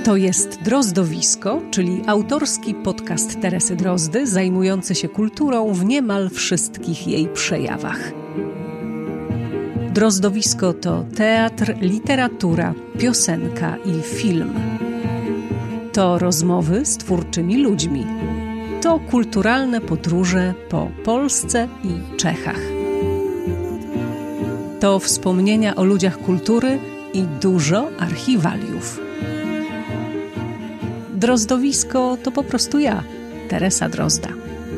To jest Drozdowisko, czyli autorski podcast Teresy Drozdy, zajmujący się kulturą w niemal wszystkich jej przejawach. Drozdowisko to teatr, literatura, piosenka i film. To rozmowy z twórczymi ludźmi. To kulturalne podróże po Polsce i Czechach. To wspomnienia o ludziach kultury i dużo archiwaliów. Drozdowisko to po prostu ja, Teresa Drozda.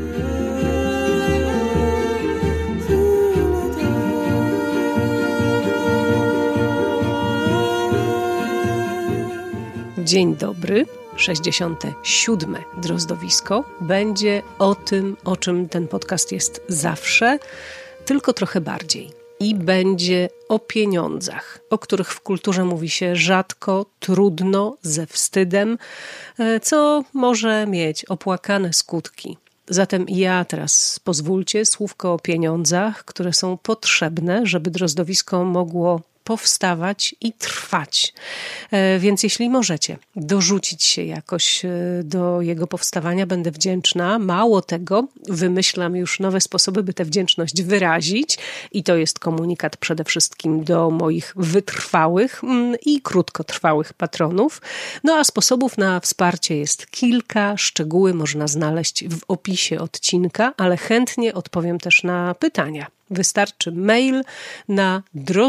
Dzień dobry. 67. Drozdowisko będzie o tym, o czym ten podcast jest zawsze, tylko trochę bardziej. I będzie o pieniądzach, o których w kulturze mówi się rzadko, trudno, ze wstydem, co może mieć opłakane skutki. Zatem ja teraz pozwólcie słówko o pieniądzach, które są potrzebne, żeby Drozdowisko mogło powstawać i trwać. Więc jeśli możecie dorzucić się jakoś do jego powstawania, będę wdzięczna. Mało tego, wymyślam już nowe sposoby, by tę wdzięczność wyrazić i to jest komunikat przede wszystkim do moich wytrwałych i krótkotrwałych patronów. No a sposobów na wsparcie jest kilka, szczegóły można znaleźć w opisie odcinka, ale chętnie odpowiem też na pytania. Wystarczy mail na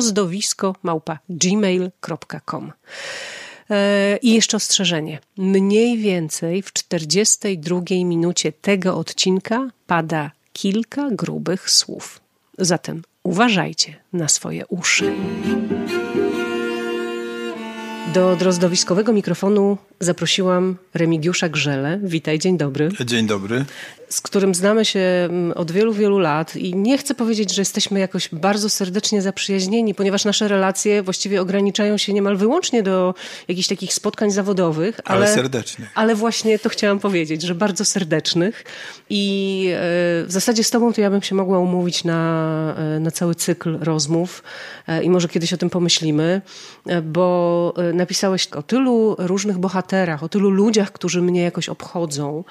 drozdowisko@gmail.com. I jeszcze ostrzeżenie. Mniej więcej w 42 minucie tego odcinka pada kilka grubych słów. Zatem uważajcie na swoje uszy. Do drozdowiskowego mikrofonu zaprosiłam Remigiusza Grzelę. Witaj, dzień dobry. Dzień dobry. Z którym znamy się od wielu, wielu lat i nie chcę powiedzieć, że jesteśmy jakoś bardzo serdecznie zaprzyjaźnieni, ponieważ nasze relacje właściwie ograniczają się niemal wyłącznie do jakichś takich spotkań zawodowych. Ale serdecznych. Ale właśnie to chciałam powiedzieć, że bardzo serdecznych i w zasadzie z tobą to ja bym się mogła umówić na cały cykl rozmów i może kiedyś o tym pomyślimy, bo napisałeś o tylu różnych bohaterach, o tylu ludziach, którzy mnie jakoś obchodzą,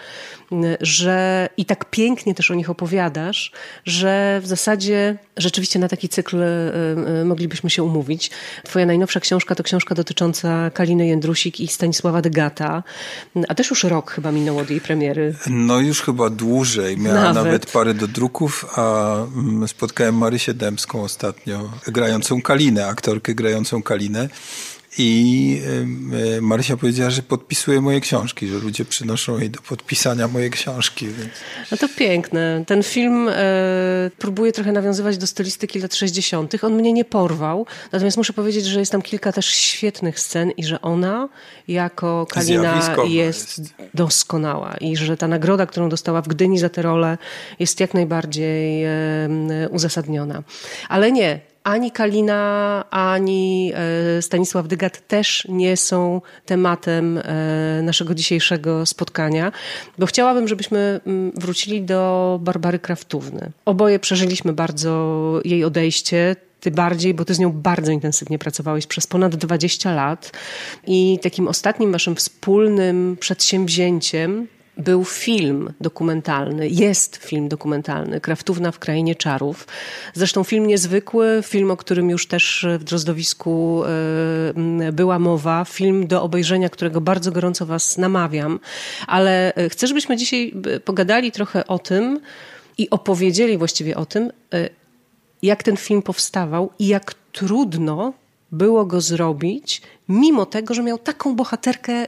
że i tak pięknie też o nich opowiadasz, że w zasadzie rzeczywiście na taki cykl moglibyśmy się umówić. Twoja najnowsza książka to książka dotycząca Kaliny Jędrusik i Stanisława Degata, a też już rok chyba minął od jej premiery. No już chyba dłużej. Miała nawet parę dodruków, a spotkałem Marysię Dębską ostatnio, grającą Kalinę, aktorkę grającą Kalinę. I Marysia powiedziała, że podpisuje moje książki, że ludzie przynoszą jej do podpisania moje książki. Więc... No to piękne. Ten film próbuje trochę nawiązywać do stylistyki lat 60. On mnie nie porwał, natomiast muszę powiedzieć, że jest tam kilka też świetnych scen i że ona jako Kalina jest doskonała i że ta nagroda, którą dostała w Gdyni za tę rolę jest jak najbardziej uzasadniona. Ale nie. Ani Kalina, ani Stanisław Dygat też nie są tematem naszego dzisiejszego spotkania, bo chciałabym, żebyśmy wrócili do Barbary Kraftówny. Oboje przeżyliśmy bardzo jej odejście, ty bardziej, bo ty z nią bardzo intensywnie pracowałeś przez ponad 20 lat i takim ostatnim waszym wspólnym przedsięwzięciem był film dokumentalny, jest film dokumentalny, Kraftówna w Krainie Czarów. Zresztą film niezwykły, film, o którym już też w Drozdowisku była mowa, film do obejrzenia, którego bardzo gorąco was namawiam. Ale chcę, żebyśmy dzisiaj pogadali trochę o tym i opowiedzieli właściwie o tym, jak ten film powstawał i jak trudno było go zrobić, mimo tego, że miał taką bohaterkę,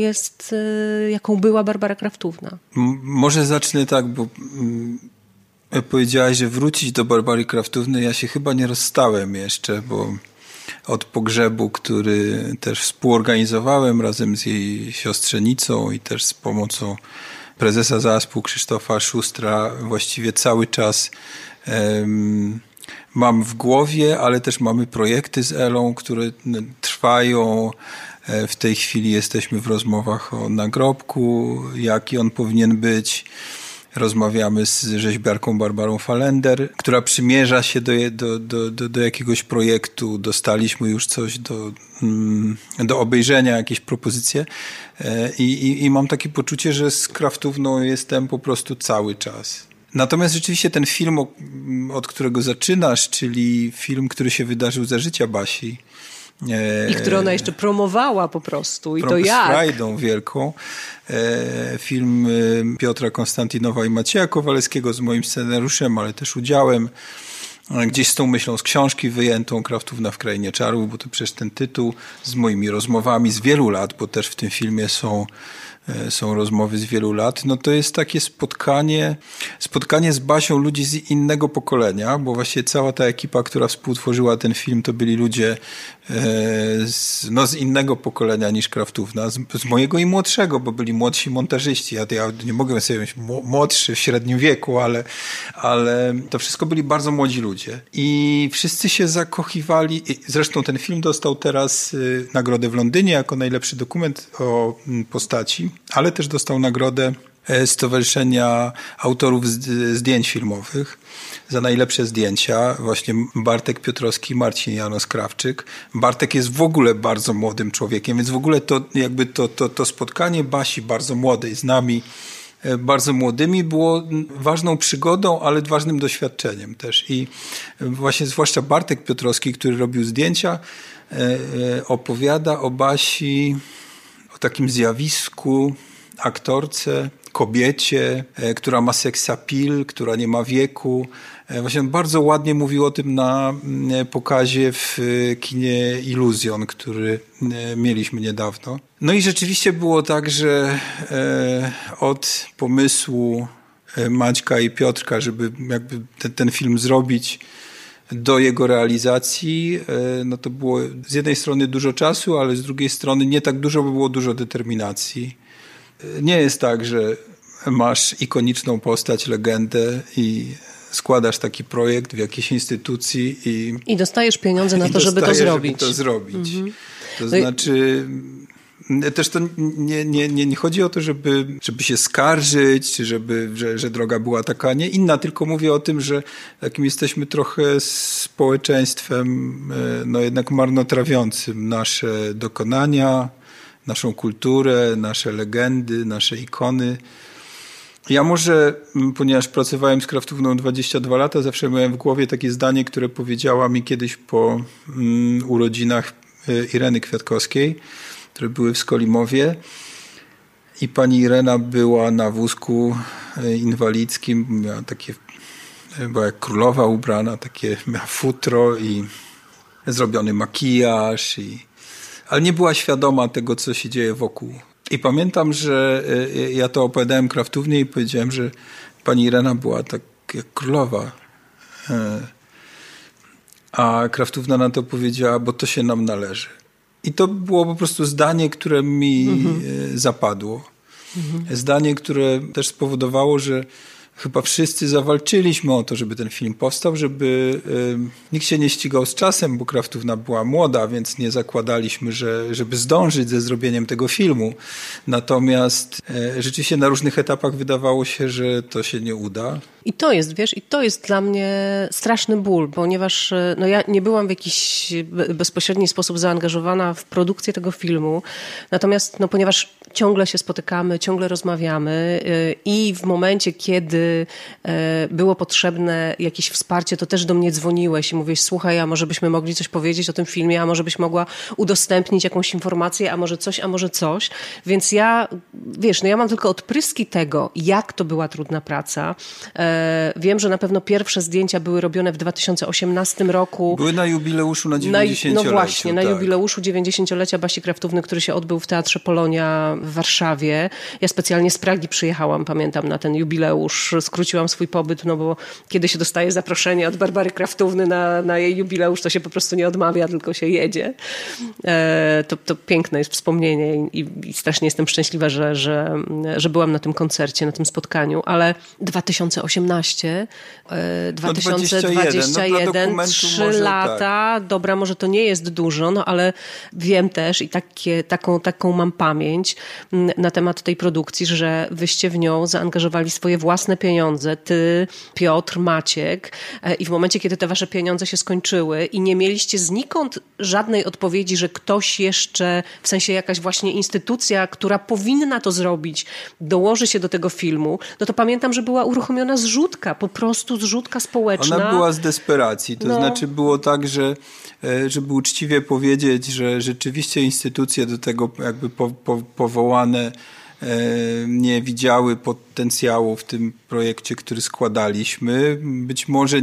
jaką była Barbara Kraftówna. Może zacznę tak, bo powiedziałaś, że wrócić do Barbary Kraftówny. Ja się chyba nie rozstałem jeszcze, bo od pogrzebu, który też współorganizowałem razem z jej siostrzenicą i też z pomocą prezesa ZASP-u Krzysztofa Szustra, właściwie cały czas mam w głowie, ale też mamy projekty z Elą, które trwają. W tej chwili jesteśmy w rozmowach o nagrobku, jaki on powinien być. rozmawiamy z rzeźbiarką Barbarą Falender, która przymierza się do jakiegoś projektu. Dostaliśmy już coś do obejrzenia, jakieś propozycje i mam takie poczucie, że z Kraftówną jestem po prostu cały czas. Natomiast rzeczywiście ten film, od którego zaczynasz, czyli film, który się wydarzył za życia Basi. I który ona jeszcze promowała po prostu. I to jak? Z frajdą wielką. Film Piotra Konstantinowa i Macieja Kowalewskiego z moim scenariuszem, ale też udziałem. Gdzieś z tą myślą z książki wyjętą Kraftówna w Krainie Czarów, bo to przecież ten tytuł, z moimi rozmowami z wielu lat, bo też w tym filmie są rozmowy z wielu lat, no to jest takie spotkanie z Basią ludzi z innego pokolenia, bo właściwie cała ta ekipa, która współtworzyła ten film, to byli ludzie z innego pokolenia niż Kraftówna, z mojego i młodszego, bo byli młodsi montażyści. Ja nie mogę sobie być młodszy w średnim wieku, ale to wszystko byli bardzo młodzi ludzie. I wszyscy się zakochiwali. Zresztą ten film dostał teraz nagrodę w Londynie jako najlepszy dokument o postaci, ale też dostał nagrodę Stowarzyszenia Autorów Zdjęć Filmowych za najlepsze zdjęcia. Właśnie Bartek Piotrowski, Marcin Janos-Krawczyk. Bartek jest w ogóle bardzo młodym człowiekiem, więc w ogóle to spotkanie Basi bardzo młodej z nami, bardzo młodymi, było ważną przygodą, ale ważnym doświadczeniem też. I właśnie zwłaszcza Bartek Piotrowski, który robił zdjęcia, opowiada o Basi, o takim zjawisku, aktorce, kobiecie, która ma sex appeal, która nie ma wieku. Właśnie bardzo ładnie mówił o tym na pokazie w kinie Iluzjon, który mieliśmy niedawno. No i rzeczywiście było tak, że od pomysłu Maćka i Piotrka, żeby jakby ten film zrobić, do jego realizacji, no to było z jednej strony dużo czasu, ale z drugiej strony nie tak dużo, bo było dużo determinacji. Nie jest tak, że masz ikoniczną postać, legendę i składasz taki projekt w jakiejś instytucji i dostajesz pieniądze na to, żeby to zrobić. Mhm. To znaczy, też to nie chodzi o to, żeby się skarżyć, czy że droga była taka, nie inna, tylko mówię o tym, że takim jesteśmy trochę społeczeństwem no jednak marnotrawiącym nasze dokonania, naszą kulturę, nasze legendy, nasze ikony. Ja może, ponieważ pracowałem z Kraftówną 22 lata, zawsze miałem w głowie takie zdanie, które powiedziała mi kiedyś po urodzinach Ireny Kwiatkowskiej, które były w Skolimowie. I pani Irena była na wózku inwalidzkim, miała takie, była jak królowa ubrana, takie miała futro i zrobiony makijaż, ale nie była świadoma tego, co się dzieje wokół. I pamiętam, że ja to opowiadałem Kraftównie i powiedziałem, że pani Irena była tak jak królowa. A Kraftówna na to powiedziała, bo to się nam należy. I to było po prostu zdanie, które mi zapadło. Zdanie, które też spowodowało, że chyba wszyscy zawalczyliśmy o to, żeby ten film powstał, żeby nikt się nie ścigał z czasem, bo Kraftówna była młoda, więc nie zakładaliśmy, żeby zdążyć ze zrobieniem tego filmu. Natomiast rzeczywiście na różnych etapach wydawało się, że to się nie uda. I to jest, wiesz, i to jest dla mnie straszny ból, ponieważ no ja nie byłam w jakiś bezpośredni sposób zaangażowana w produkcję tego filmu, natomiast no, ponieważ ciągle się spotykamy, ciągle rozmawiamy i w momencie, kiedy było potrzebne jakieś wsparcie, to też do mnie dzwoniłeś i mówiłeś, słuchaj, a może byśmy mogli coś powiedzieć o tym filmie, a może byś mogła udostępnić jakąś informację, a może coś. Więc ja, wiesz, no ja mam tylko odpryski tego, jak to była trudna praca. Wiem, że na pewno pierwsze zdjęcia były robione w 2018 roku. Były na jubileuszu na 90-leciu. No właśnie, na tak. jubileuszu 90-lecia Basi Kraftówny, który się odbył w Teatrze Polonia w Warszawie. Ja specjalnie z Pragi przyjechałam, pamiętam, na ten jubileusz. Skróciłam swój pobyt, no bo kiedy się dostaje zaproszenie od Barbary Kraftówny na jej jubileusz, to się po prostu nie odmawia, tylko się jedzie. To piękne jest wspomnienie i strasznie jestem szczęśliwa, że byłam na tym koncercie, na tym spotkaniu, ale 2018, 2021, 3 lata, tak. Dobra, może to nie jest dużo, no ale wiem też i taką mam pamięć na temat tej produkcji, że wyście w nią zaangażowali swoje własne pieniądze, ty, Piotr, Maciek, i w momencie, kiedy te wasze pieniądze się skończyły i nie mieliście znikąd żadnej odpowiedzi, że ktoś jeszcze, w sensie jakaś właśnie instytucja, która powinna to zrobić, dołoży się do tego filmu, no to pamiętam, że była uruchomiona zrzutka, po prostu zrzutka społeczna. Ona była z desperacji, to znaczy było tak, że żeby uczciwie powiedzieć, że rzeczywiście instytucje do tego jakby powołane nie widziały potencjału w tym projekcie, który składaliśmy. Być może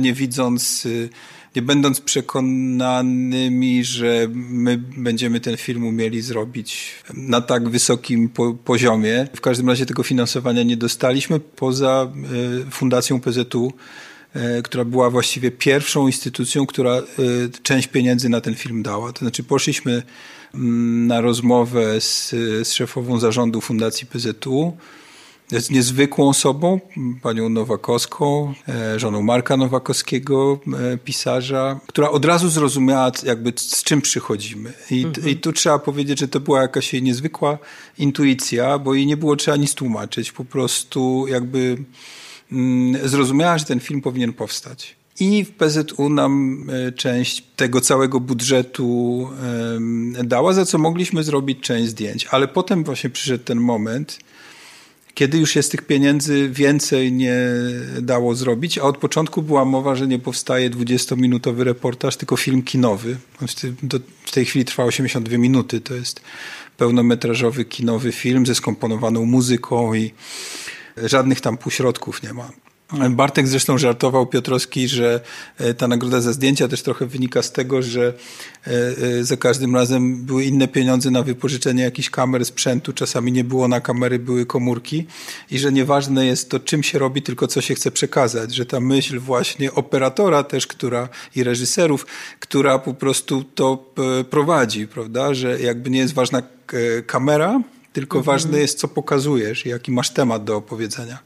nie będąc przekonanymi, że my będziemy ten film umieli zrobić na tak wysokim poziomie. W każdym razie tego finansowania nie dostaliśmy poza Fundacją PZU, która była właściwie pierwszą instytucją, która część pieniędzy na ten film dała. To znaczy poszliśmy na rozmowę z szefową zarządu Fundacji PZU, z niezwykłą osobą, panią Nowakowską, żoną Marka Nowakowskiego, pisarza, która od razu zrozumiała jakby z czym przychodzimy. I tu trzeba powiedzieć, że to była jakaś jej niezwykła intuicja, bo jej nie było trzeba nic tłumaczyć. Po prostu jakby zrozumiała, że ten film powinien powstać. I w PZU nam część tego całego budżetu dała, za co mogliśmy zrobić część zdjęć. Ale potem właśnie przyszedł ten moment, kiedy już jest tych pieniędzy więcej nie dało zrobić, a od początku była mowa, że nie powstaje 20-minutowy reportaż, tylko film kinowy. W tej chwili trwa 82 minuty. To jest pełnometrażowy kinowy film ze skomponowaną muzyką i żadnych tam półśrodków nie ma. Bartek zresztą żartował, Piotrowski, że ta nagroda za zdjęcia też trochę wynika z tego, że za każdym razem były inne pieniądze na wypożyczenie jakichś kamer, sprzętu. Czasami nie było na kamery, były komórki i że nieważne jest to, czym się robi, tylko co się chce przekazać. Że ta myśl właśnie operatora też, i reżyserów, która po prostu to prowadzi, prawda? Że jakby nie jest ważna kamera, tylko ważne jest, co pokazujesz i jaki masz temat do opowiedzenia.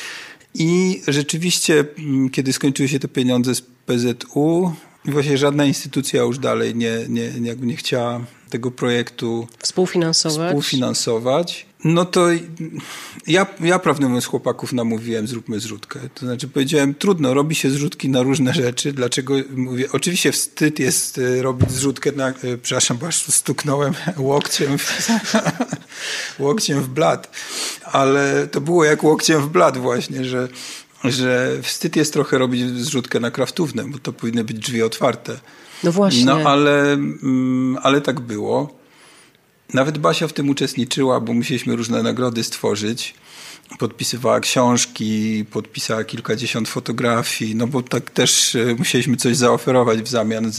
I rzeczywiście, kiedy skończyły się te pieniądze z PZU, właśnie żadna instytucja już dalej nie chciała tego projektu współfinansować. No to ja prawdę mówiąc chłopaków namówiłem, zróbmy zrzutkę. To znaczy powiedziałem, trudno, robi się zrzutki na różne rzeczy. Dlaczego mówię? Oczywiście wstyd jest robić zrzutkę przepraszam, bo aż stuknąłem łokciem w blat. Ale to było jak łokciem w blat właśnie, że wstyd jest trochę robić zrzutkę na kraftówne, bo to powinny być drzwi otwarte. No właśnie. No ale tak było. Nawet Basia w tym uczestniczyła, bo musieliśmy różne nagrody stworzyć. Podpisywała książki, podpisała kilkadziesiąt fotografii, no bo tak też musieliśmy coś zaoferować w zamian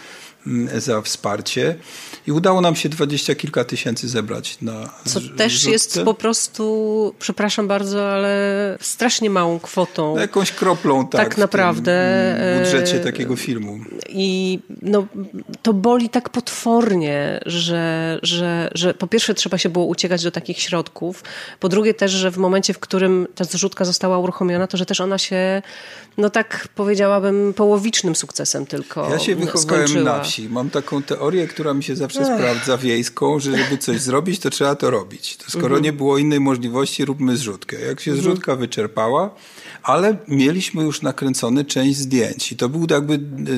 za wsparcie. I udało nam się 20 kilka tysięcy zebrać na co też rzutce. Jest po prostu, przepraszam bardzo, ale strasznie małą kwotą. No, jakąś kroplą, tak naprawdę w budżecie takiego filmu. I no, to boli tak potwornie, że po pierwsze trzeba się było uciekać do takich środków, po drugie też, że w momencie, w którym ta zrzutka została uruchomiona, to że też ona się, no tak powiedziałabym, połowicznym sukcesem tylko Ja się wychowałem skończyła. na wsi. Mam taką teorię, która mi się zawsze sprawdza wiejską, że żeby coś zrobić, to trzeba to robić. To skoro nie było innej możliwości, róbmy zrzutkę. Jak się zrzutka wyczerpała, ale mieliśmy już nakręcony część zdjęć i to był jakby,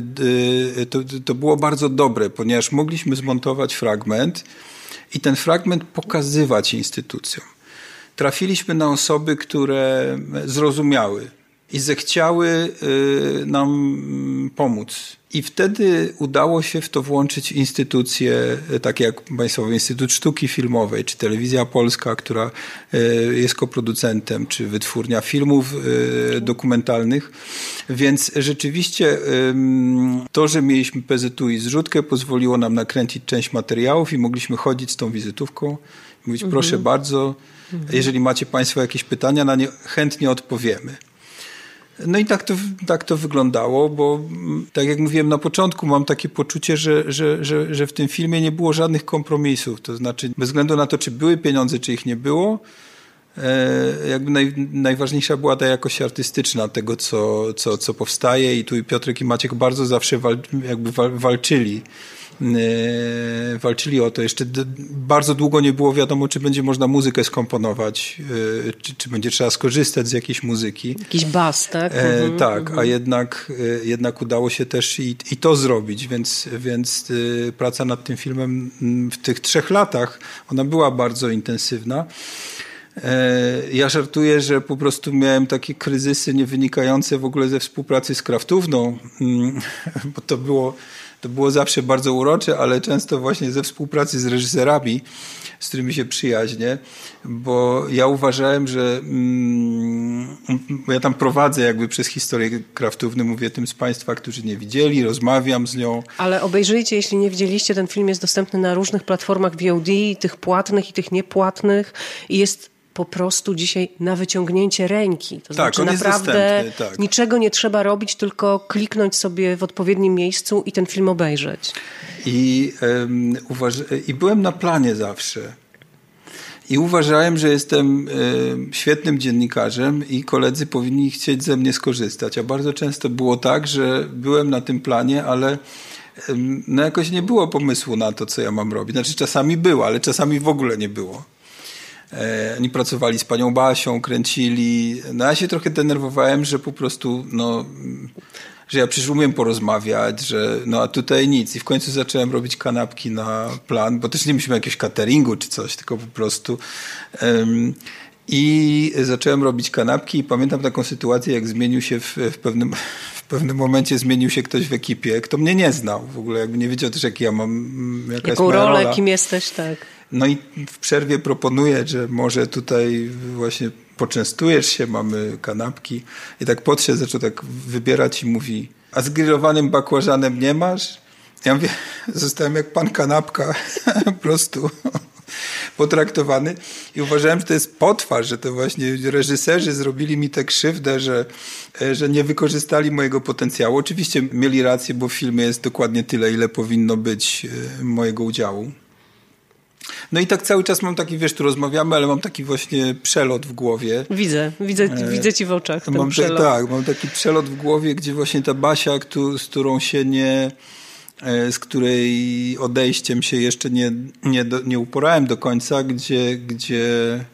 to było bardzo dobre, ponieważ mogliśmy zmontować fragment i ten fragment pokazywać instytucjom. Trafiliśmy na osoby, które zrozumiały i zechciały nam pomóc. I wtedy udało się w to włączyć instytucje, takie jak Państwowy Instytut Sztuki Filmowej, czy Telewizja Polska, która jest koproducentem, czy Wytwórnia Filmów Dokumentalnych. Więc rzeczywiście to, że mieliśmy PZU i zrzutkę, pozwoliło nam nakręcić część materiałów i mogliśmy chodzić z tą wizytówką i mówić, proszę bardzo, jeżeli macie Państwo jakieś pytania, na nie chętnie odpowiemy. No i tak to wyglądało, bo tak jak mówiłem na początku, mam takie poczucie, że w tym filmie nie było żadnych kompromisów. To znaczy bez względu na to, czy były pieniądze, czy ich nie było, jakby najważniejsza była ta jakość artystyczna tego, co powstaje i tu Piotrek i Maciek bardzo zawsze walczyli o to. Jeszcze bardzo długo nie było wiadomo, czy będzie można muzykę skomponować, czy będzie trzeba skorzystać z jakiejś muzyki. Jakiś bas, tak? Tak, a jednak udało się też i to zrobić, więc praca nad tym filmem w tych 3 latach, ona była bardzo intensywna. Ja żartuję, że po prostu miałem takie kryzysy nie wynikające w ogóle ze współpracy z Kraftówną, bo to było zawsze bardzo urocze, ale często właśnie ze współpracy z reżyserami, z którymi się przyjaźnię, bo ja uważałem, że ja tam prowadzę jakby przez historię Kraftówny, mówię tym z Państwa, którzy nie widzieli, rozmawiam z nią. Ale obejrzyjcie, jeśli nie widzieliście, ten film jest dostępny na różnych platformach VOD, tych płatnych i tych niepłatnych i jest po prostu dzisiaj na wyciągnięcie ręki. To tak, znaczy naprawdę niczego nie trzeba robić, tylko kliknąć sobie w odpowiednim miejscu i ten film obejrzeć. I byłem na planie zawsze. I uważałem, że jestem świetnym dziennikarzem i koledzy powinni chcieć ze mnie skorzystać. A bardzo często było tak, że byłem na tym planie, ale jakoś nie było pomysłu na to, co ja mam robić. Znaczy czasami było, ale czasami w ogóle nie było. Oni pracowali z panią Basią, kręcili. No ja się trochę denerwowałem, że po prostu, że ja przecież umiem porozmawiać, a tutaj nic. I w końcu zacząłem robić kanapki na plan, bo też nie mieliśmy jakiegoś cateringu czy coś, tylko po prostu. I zacząłem robić kanapki i pamiętam taką sytuację, jak zmienił się w pewnym momencie zmienił się ktoś w ekipie, kto mnie nie znał. W ogóle jakby nie wiedział też, jaka jest jaką moja rolę, rola. kim jesteś, tak. No i w przerwie proponuję, że może tutaj właśnie poczęstujesz się, mamy kanapki. I tak podszedł, zaczął tak wybierać i mówi, a z grillowanym bakłażanem nie masz? Ja mówię, zostałem jak pan kanapka, po prostu potraktowany. I uważałem, że to jest potwarz, że to właśnie reżyserzy zrobili mi tę krzywdę, że nie wykorzystali mojego potencjału. Oczywiście mieli rację, bo w filmie jest dokładnie tyle, ile powinno być mojego udziału. No i tak cały czas mam taki, tu rozmawiamy, ale mam taki właśnie przelot w głowie. Widzę ci w oczach ten przelot. Tak, mam taki przelot w głowie, gdzie właśnie ta Basia, z którą się z której odejściem się jeszcze nie uporałem do końca, gdzie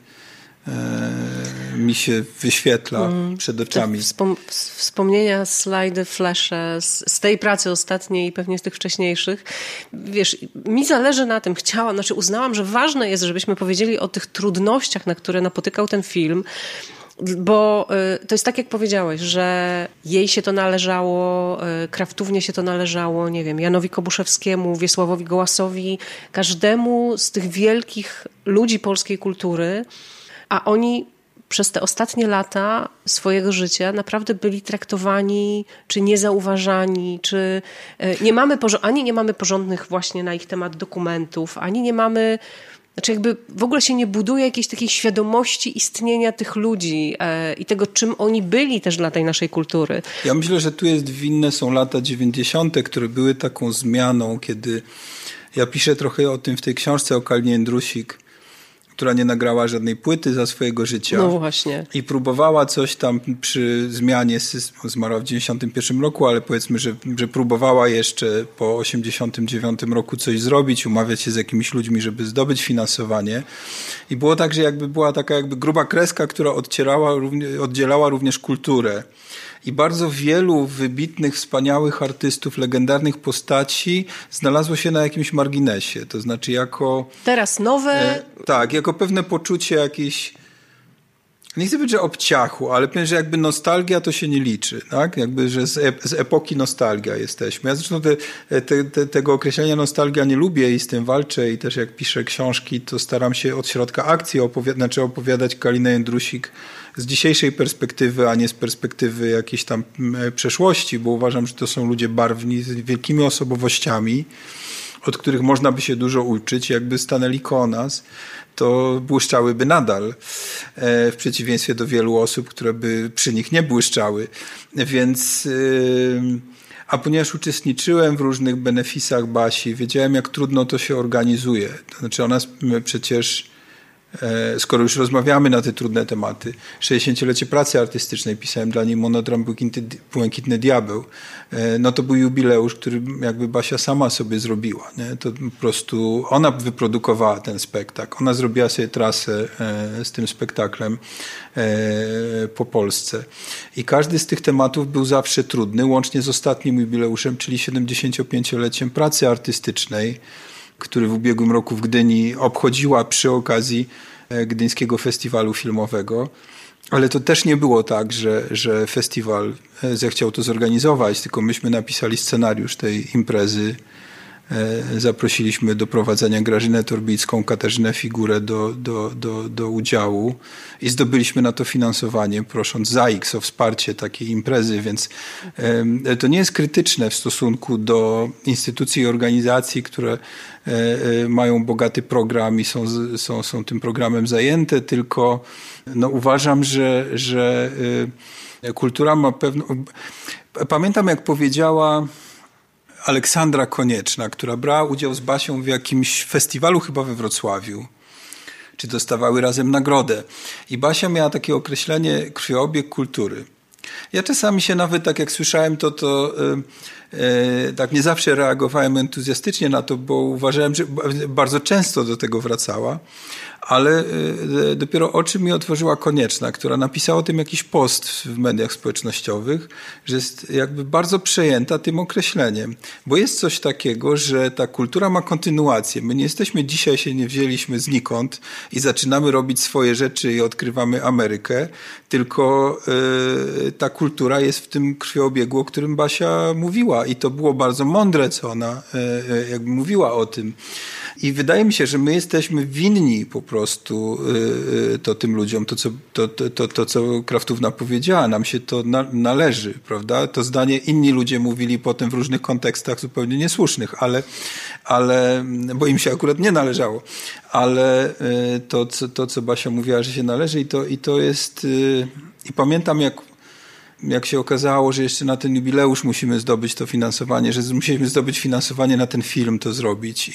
mi się wyświetla przed oczami. Wspomnienia, slajdy, flesze z tej pracy ostatniej i pewnie z tych wcześniejszych. Wiesz, mi zależy na tym, uznałam, że ważne jest, żebyśmy powiedzieli o tych trudnościach, na które napotykał ten film, bo to jest tak, jak powiedziałeś, że jej się to należało, Kraftównie się to należało, nie wiem, Janowi Kobuszewskiemu, Wiesławowi Gołasowi, każdemu z tych wielkich ludzi polskiej kultury, a oni przez te ostatnie lata swojego życia naprawdę byli traktowani, czy niezauważani, czy ani nie mamy porządnych właśnie na ich temat dokumentów, ani nie mamy, jakby w ogóle się nie buduje jakiejś takiej świadomości istnienia tych ludzi i tego, czym oni byli też dla tej naszej kultury. Ja myślę, że tu winne są lata 90., które były taką zmianą, kiedy ja piszę trochę o tym w tej książce o Kalinie Jędrusik, która nie nagrała żadnej płyty za swojego życia. No właśnie. I próbowała coś tam przy zmianie, zmarła w 91 roku, ale powiedzmy, że próbowała jeszcze po 89 roku coś zrobić, umawiać się z jakimiś ludźmi, żeby zdobyć finansowanie. I było tak, że była taka gruba kreska, która oddzielała również kulturę. I bardzo wielu wybitnych, wspaniałych artystów, legendarnych postaci znalazło się na jakimś marginesie. To znaczy teraz nowe... Tak, jako pewne poczucie jakiejś... Nie chcę powiedzieć, że obciachu, ale pewnie, że nostalgia to się nie liczy. Tak? Że z epoki nostalgia jesteśmy. Ja zresztą tego określenia nostalgia nie lubię i z tym walczę i też jak piszę książki, to staram się od środka akcji opowiadać Kalinę Jędrusik z dzisiejszej perspektywy, a nie z perspektywy jakiejś tam przeszłości, bo uważam, że to są ludzie barwni, z wielkimi osobowościami, od których można by się dużo uczyć. Jakby stanęli koło nas, to błyszczałyby nadal, w przeciwieństwie do wielu osób, które by przy nich nie błyszczały. Więc... A ponieważ uczestniczyłem w różnych benefisach Basi, wiedziałem, jak trudno to się organizuje. To znaczy ona przecież skoro już rozmawiamy na te trudne tematy, 60-lecie pracy artystycznej, pisałem dla niej monodram Błękitny Diabeł, no to był jubileusz, który jakby Basia sama sobie zrobiła. Nie? To po prostu ona wyprodukowała ten spektakl. Ona zrobiła sobie trasę z tym spektaklem po Polsce. I każdy z tych tematów był zawsze trudny, łącznie z ostatnim jubileuszem, czyli 75-leciem pracy artystycznej, który w ubiegłym roku w Gdyni obchodziła przy okazji Gdyńskiego Festiwalu Filmowego. Ale to też nie było tak, że festiwal zechciał to zorganizować, tylko myśmy napisali scenariusz tej imprezy. Zaprosiliśmy do prowadzenia Grażynę Torbicką, Katarzynę Figurę do udziału i zdobyliśmy na to finansowanie, prosząc ZAIKS o wsparcie takiej imprezy, więc to nie jest krytyczne w stosunku do instytucji i organizacji, które mają bogaty program i są tym programem zajęte, tylko no, uważam, że kultura ma pewną... Pamiętam, jak powiedziała Aleksandra Konieczna, która brała udział z Basią w jakimś festiwalu chyba we Wrocławiu, czy dostawały razem nagrodę. I Basia miała takie określenie krwiobieg kultury. Ja czasami się nawet, tak jak słyszałem to tak nie zawsze reagowałem entuzjastycznie na to, bo uważałem, że bardzo często do tego wracała, ale dopiero oczy mi otworzyła Konieczna, która napisała o tym jakiś post w mediach społecznościowych, że jest jakby bardzo przejęta tym określeniem, bo jest coś takiego, że ta kultura ma kontynuację. My nie jesteśmy dzisiaj, się nie wzięliśmy znikąd i zaczynamy robić swoje rzeczy i odkrywamy Amerykę, tylko ta kultura jest w tym krwiobiegu, o którym Basia mówiła i to było bardzo mądre, co ona jakby mówiła o tym. I wydaje mi się, że my jesteśmy winni po prostu to tym ludziom, to co Kraftówna powiedziała, nam się to należy, prawda? To zdanie inni ludzie mówili potem w różnych kontekstach zupełnie niesłusznych, ale bo im się akurat nie należało. Ale to co Basia mówiła, że się należy i to jest... I pamiętam, jak się okazało, że jeszcze na ten jubileusz musimy zdobyć to finansowanie, że musieliśmy zdobyć finansowanie na ten film, to zrobić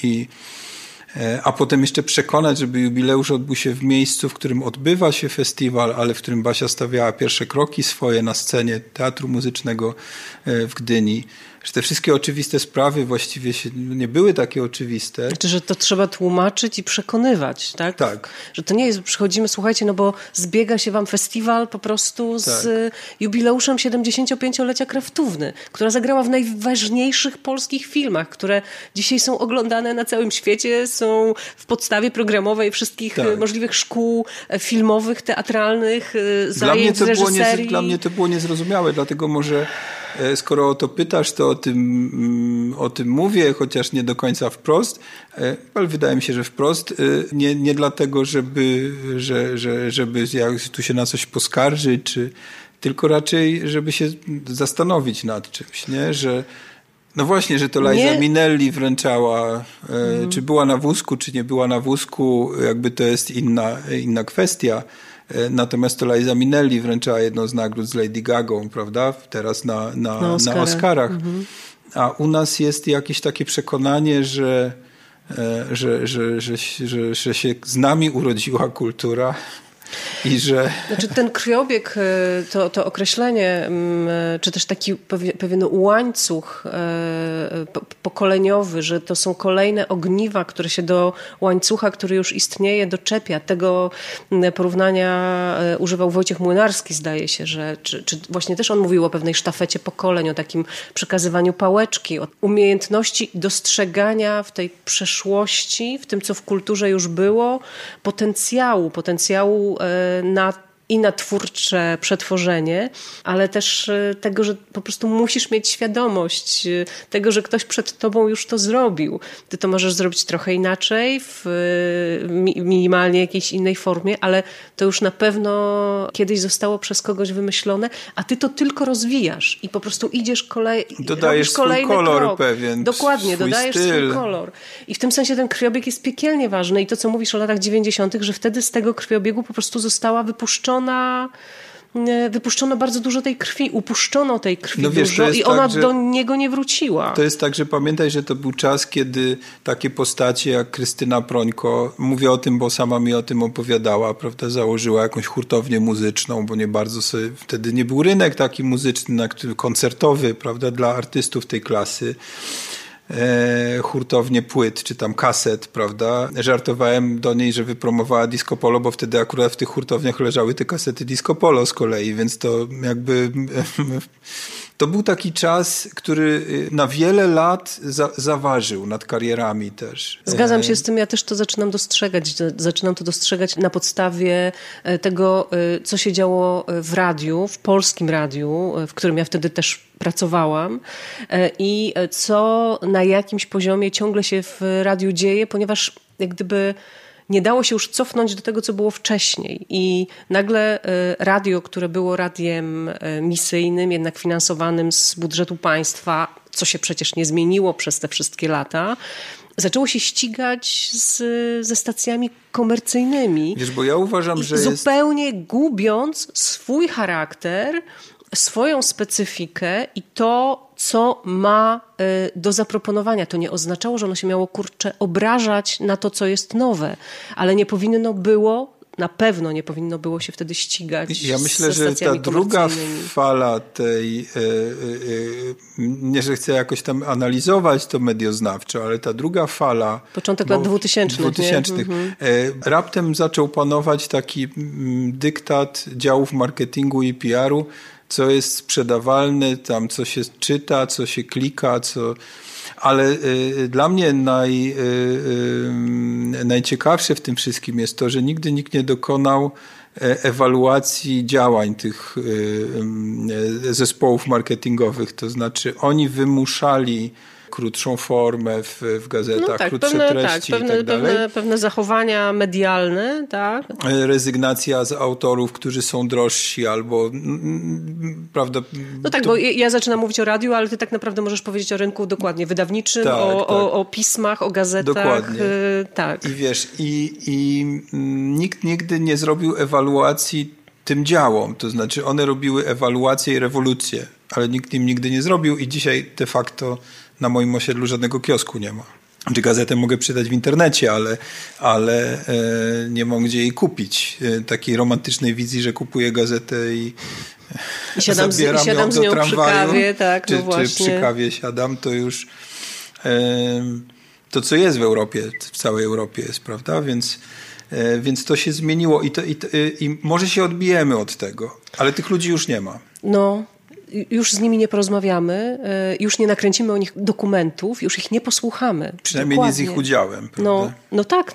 a potem jeszcze przekonać, żeby jubileusz odbył się w miejscu, w którym odbywa się festiwal, ale w którym Basia stawiała pierwsze kroki swoje na scenie Teatru Muzycznego w Gdyni. Że te wszystkie oczywiste sprawy właściwie nie były takie oczywiste. Znaczy, że to trzeba tłumaczyć i przekonywać, tak? Tak. Że to nie jest, przychodzimy, słuchajcie, no bo zbiega się wam festiwal po prostu z jubileuszem 75-lecia Kraftówny, która zagrała w najważniejszych polskich filmach, które dzisiaj są oglądane na całym świecie, są w podstawie programowej wszystkich możliwych szkół filmowych, teatralnych, zajęć z reżyserii. Dla mnie to było niezrozumiałe, dlatego może skoro o to pytasz, to o tym mówię, chociaż nie do końca wprost, ale wydaje mi się, że wprost. Nie dlatego, żeby tu się na coś poskarżyć, tylko raczej, żeby się zastanowić nad czymś, nie? Że no właśnie, że to Liza Minnelli wręczała, czy była na wózku, czy nie była na wózku, jakby to jest inna kwestia. Natomiast to Liza Minnelli wręczała jedną z nagród z Lady Gagą, prawda? Teraz na Oscarach. Mhm. A u nas jest jakieś takie przekonanie, że się z nami urodziła kultura. I że... Znaczy ten krwiobieg, to określenie, czy też taki pewien łańcuch pokoleniowy, że to są kolejne ogniwa, które się do łańcucha, który już istnieje, doczepia. Tego porównania używał Wojciech Młynarski, zdaje się, że czy właśnie też on mówił o pewnej sztafecie pokoleń, o takim przekazywaniu pałeczki, o umiejętności dostrzegania w tej przeszłości, w tym, co w kulturze już było, potencjału na twórcze przetworzenie, ale też tego, że po prostu musisz mieć świadomość tego, że ktoś przed tobą już to zrobił. Ty to możesz zrobić trochę inaczej, w minimalnie jakiejś innej formie, ale to już na pewno kiedyś zostało przez kogoś wymyślone, a ty to tylko rozwijasz i po prostu idziesz dodajesz swój kolor krok. Pewien. Dokładnie, dodajesz styl. swój kolor. I w tym sensie ten krwiobieg jest piekielnie ważny i to, co mówisz o latach 90., że wtedy z tego krwiobiegu po prostu została wypuszczona wypuszczono bardzo dużo tej krwi, upuszczono tej krwi dużo i tak, ona do niego nie wróciła. To jest tak, że pamiętaj, że to był czas, kiedy takie postacie jak Krystyna Prońko, mówię o tym, bo sama mi o tym opowiadała, prawda, założyła jakąś hurtownię muzyczną, bo nie bardzo sobie, wtedy nie był rynek taki muzyczny, koncertowy, prawda, dla artystów tej klasy. Hurtownię płyt, czy tam kaset, prawda. Żartowałem do niej, że wypromowała Disco Polo, bo wtedy akurat w tych hurtowniach leżały te kasety Disco Polo z kolei, więc to jakby... To był taki czas, który na wiele lat zaważył nad karierami też. Zgadzam się z tym, ja też to zaczynam dostrzegać. Zaczynam to dostrzegać na podstawie tego, co się działo w radiu, w polskim radiu, w którym ja wtedy też pracowałam i co na jakimś poziomie ciągle się w radiu dzieje, ponieważ jak gdyby nie dało się już cofnąć do tego, co było wcześniej. I nagle radio, które było radiem misyjnym, jednak finansowanym z budżetu państwa, co się przecież nie zmieniło przez te wszystkie lata, zaczęło się ścigać ze stacjami komercyjnymi. Wiesz, bo ja uważam, że zupełnie gubiąc swój charakter, swoją specyfikę i to, co ma do zaproponowania. To nie oznaczało, że ono się miało, obrażać na to, co jest nowe, ale nie powinno było, na pewno nie powinno było się wtedy ścigać. Ja myślę, że ta druga fala tej, nie że chcę jakoś tam analizować to medioznawczo, ale ta druga fala... Początek lat 2000. Raptem zaczął panować taki dyktat działów marketingu i PR-u, co jest sprzedawalne, tam co się czyta, co się klika, ale dla mnie najciekawsze w tym wszystkim jest to, że nigdy nikt nie dokonał ewaluacji działań tych zespołów marketingowych. To znaczy oni wymuszali krótszą formę w gazetach, krótsze treści i tak dalej. Pewne zachowania medialne, tak? Rezygnacja z autorów, którzy są drożsi albo, prawda? No tak, bo ja zaczynam mówić o radiu, ale ty tak naprawdę możesz powiedzieć o rynku dokładnie wydawniczym, tak. O pismach, o gazetach. Dokładnie. Tak. I wiesz, i nikt nigdy nie zrobił ewaluacji tym działom, to znaczy one robiły ewaluację i rewolucję, ale nikt im nigdy nie zrobił i dzisiaj de facto na moim osiedlu żadnego kiosku nie ma. Czy gazetę mogę czytać w internecie, ale nie mam gdzie jej kupić. Takiej romantycznej wizji, że kupuję gazetę i siadam z nią tramwaju, przy kawie. Tak, czy przy kawie siadam, to już to, co jest w Europie, w całej Europie jest, prawda? Więc to się zmieniło i może się odbijemy od tego, ale tych ludzi już nie ma. No, już z nimi nie porozmawiamy, już nie nakręcimy o nich dokumentów, już ich nie posłuchamy. Przynajmniej dokładnie. Nie z ich udziałem, prawda? No tak,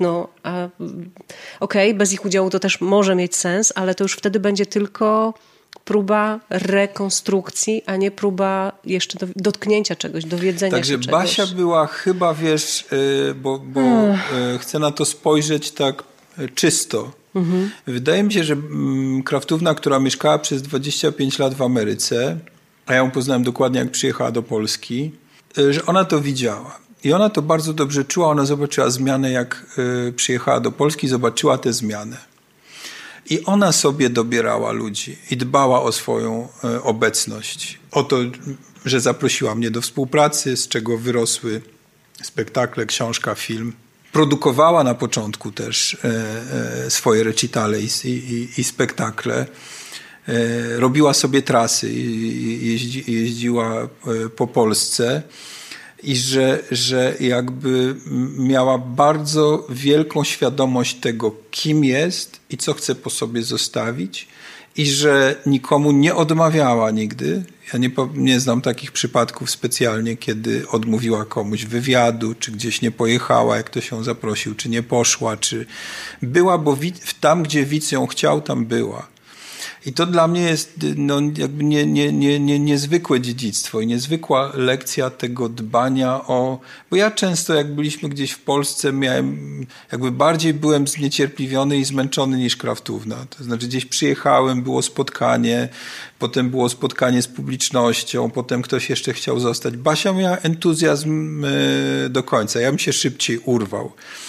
okej, bez ich udziału to też może mieć sens, ale to już wtedy będzie tylko próba rekonstrukcji, a nie próba jeszcze dotknięcia czegoś, dowiedzenia się czegoś. Także Basia była chyba, wiesz, bo chcę na to spojrzeć tak czysto. Mhm. Wydaje mi się, że Kraftówna, która mieszkała przez 25 lat w Ameryce, a ja ją poznałem dokładnie jak przyjechała do Polski, że ona to widziała. I ona to bardzo dobrze czuła. Ona zobaczyła zmianę, jak przyjechała do Polski, zobaczyła tę zmianę. I ona sobie dobierała ludzi i dbała o swoją obecność. O to, że zaprosiła mnie do współpracy, z czego wyrosły spektakle, książka, film. Produkowała na początku też swoje recitale i spektakle. Robiła sobie trasy i jeździła po Polsce. I że jakby miała bardzo wielką świadomość tego, kim jest i co chce po sobie zostawić. I że nikomu nie odmawiała nigdy. Ja nie znam takich przypadków specjalnie, kiedy odmówiła komuś wywiadu, czy gdzieś nie pojechała, jak ktoś ją zaprosił, czy nie poszła, czy była, bo tam, gdzie widz ją chciał, tam była. I to dla mnie jest jakby niezwykłe dziedzictwo i niezwykła lekcja tego dbania bo ja często jak byliśmy gdzieś w Polsce bardziej byłem zniecierpliwiony i zmęczony niż Kraftówna. To znaczy gdzieś przyjechałem, było spotkanie, potem było spotkanie z publicznością, potem ktoś jeszcze chciał zostać. Basia miała entuzjazm do końca, ja bym się szybciej urwał.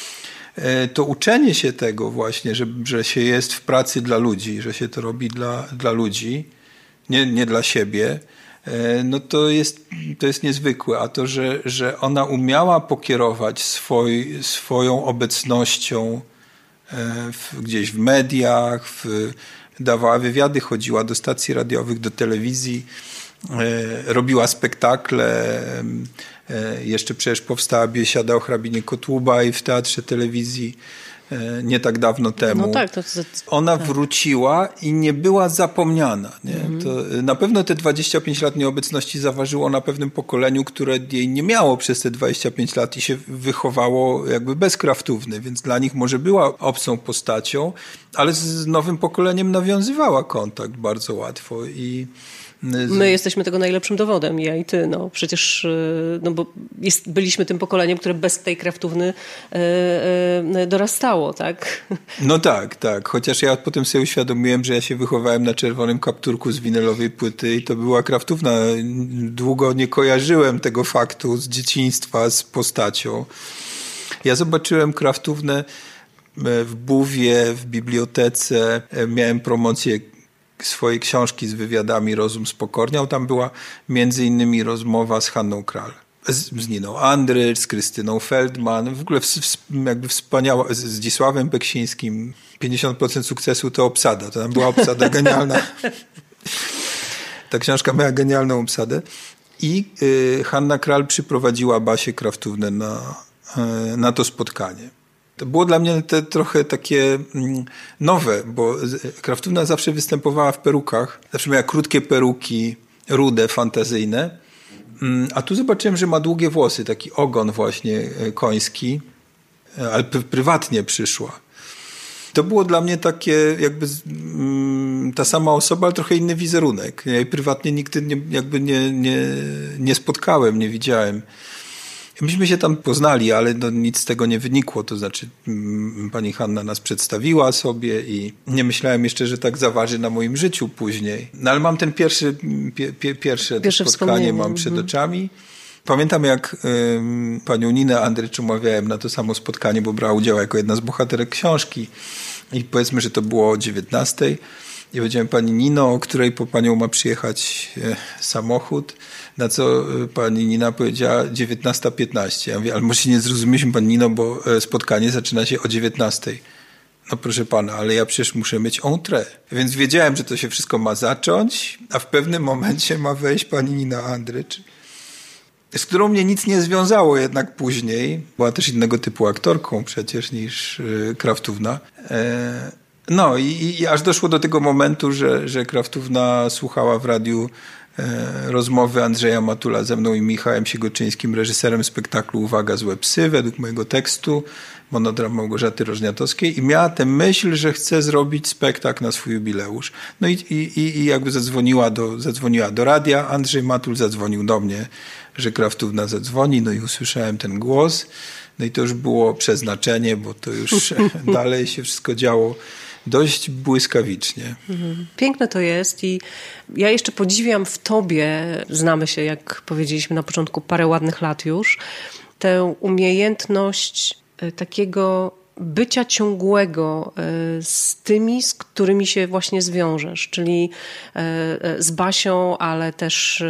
to uczenie się tego właśnie, że się jest w pracy dla ludzi, że się to robi dla ludzi, nie dla siebie, no to jest niezwykłe. A to, że ona umiała pokierować swoją obecnością gdzieś w mediach, dawała wywiady, chodziła do stacji radiowych, do telewizji, robiła spektakle. Jeszcze przecież powstała Biesiada o hrabinie Kotłubaj w Teatrze Telewizji nie tak dawno temu. No tak, Ona wróciła i nie była zapomniana. Nie? To na pewno te 25 lat nieobecności zaważyło na pewnym pokoleniu, które jej nie miało przez te 25 lat i się wychowało jakby bez Kraftówny, więc dla nich może była obcą postacią, ale z nowym pokoleniem nawiązywała kontakt bardzo łatwo i my jesteśmy tego najlepszym dowodem, ja i ty. No przecież bo byliśmy tym pokoleniem, które bez tej Kraftówny dorastało, tak? No tak. Chociaż ja potem sobie uświadomiłem, że ja się wychowałem na czerwonym kapturku z winylowej płyty i to była Kraftówna. Długo nie kojarzyłem tego faktu z dzieciństwa, z postacią. Ja zobaczyłem Kraftównę w Buwie, w bibliotece. Miałem promocję swojej książki z wywiadami Rozum spokorniał. Tam była między innymi rozmowa z Hanną Kral, z Niną Andrycz, z Krystyną Feldman, w ogóle jakby wspaniała, z Zdzisławem Beksińskim. 50% sukcesu to obsada. To tam była obsada genialna. Ta książka miała genialną obsadę. I Hanna Kral przyprowadziła Basię Kraftównę na to spotkanie. To było dla mnie trochę takie nowe, bo Kraftówna zawsze występowała w perukach. Zawsze miała krótkie peruki, rude, fantazyjne. A tu zobaczyłem, że ma długie włosy, taki ogon właśnie koński, ale prywatnie przyszła. To było dla mnie takie jakby ta sama osoba, ale trochę inny wizerunek. Ja jej prywatnie nigdy nie spotkałem, nie widziałem. Myśmy się tam poznali, ale nic z tego nie wynikło. To znaczy pani Hanna nas przedstawiła sobie i nie myślałem jeszcze, że tak zaważy na moim życiu później. No ale mam ten pierwsze spotkanie mam przed oczami. Pamiętam, jak panią Ninę Andrycz umawiałem na to samo spotkanie, bo brała udział jako jedna z bohaterek książki. I powiedzmy, że to było o 19:00. I powiedziałem: pani Nino, o której po panią ma przyjechać samochód. Na co pani Nina powiedziała 19:15. Ja mówię: ale może się nie zrozumieliśmy, pani Nino, bo spotkanie zaczyna się o 19:00. No proszę pana, ale ja przecież muszę mieć entrée. Więc wiedziałem, że to się wszystko ma zacząć, a w pewnym momencie ma wejść pani Nina Andrycz, z którą mnie nic nie związało jednak później. Była też innego typu aktorką przecież niż Kraftówna. No i aż doszło do tego momentu, że Kraftówna słuchała w radiu rozmowy Andrzeja Matula ze mną i Michałem Siegoczyńskim, reżyserem spektaklu Uwaga, złe psy, według mojego tekstu, monodram Małgorzaty Rożniatowskiej, i miała tę myśl, że chce zrobić spektakl na swój jubileusz. No i jakby zadzwoniła do radia, Andrzej Matul zadzwonił do mnie, że Kraftówna zadzwoni, no i usłyszałem ten głos, no i to już było przeznaczenie, bo to już dalej się wszystko działo dość błyskawicznie. Piękne to jest i ja jeszcze podziwiam w tobie, znamy się, jak powiedzieliśmy na początku, parę ładnych lat już, tę umiejętność takiego bycia ciągłego z tymi, z którymi się właśnie zwiążesz, czyli z Basią, ale też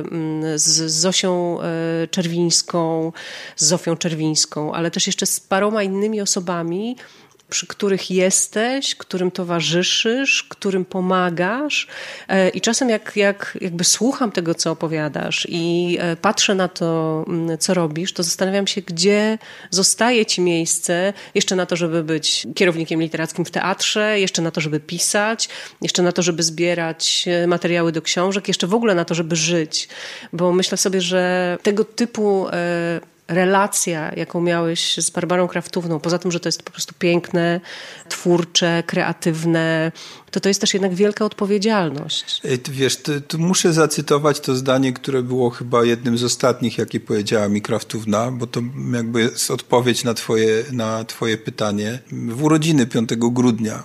z Zosią Czerwińską, z Zofią Czerwińską, ale też jeszcze z paroma innymi osobami, przy których jesteś, którym towarzyszysz, którym pomagasz. I czasem jakby słucham tego, co opowiadasz i patrzę na to, co robisz, to zastanawiam się, gdzie zostaje ci miejsce jeszcze na to, żeby być kierownikiem literackim w teatrze, jeszcze na to, żeby pisać, jeszcze na to, żeby zbierać materiały do książek, jeszcze w ogóle na to, żeby żyć. Bo myślę sobie, że tego typu relacja, jaką miałeś z Barbarą Kraftówną, poza tym, że to jest po prostu piękne, twórcze, kreatywne, to jest też jednak wielka odpowiedzialność. Wiesz, tu muszę zacytować to zdanie, które było chyba jednym z ostatnich, jakie powiedziała mi Kraftówna, bo to jakby jest odpowiedź na twoje pytanie. W urodziny 5 grudnia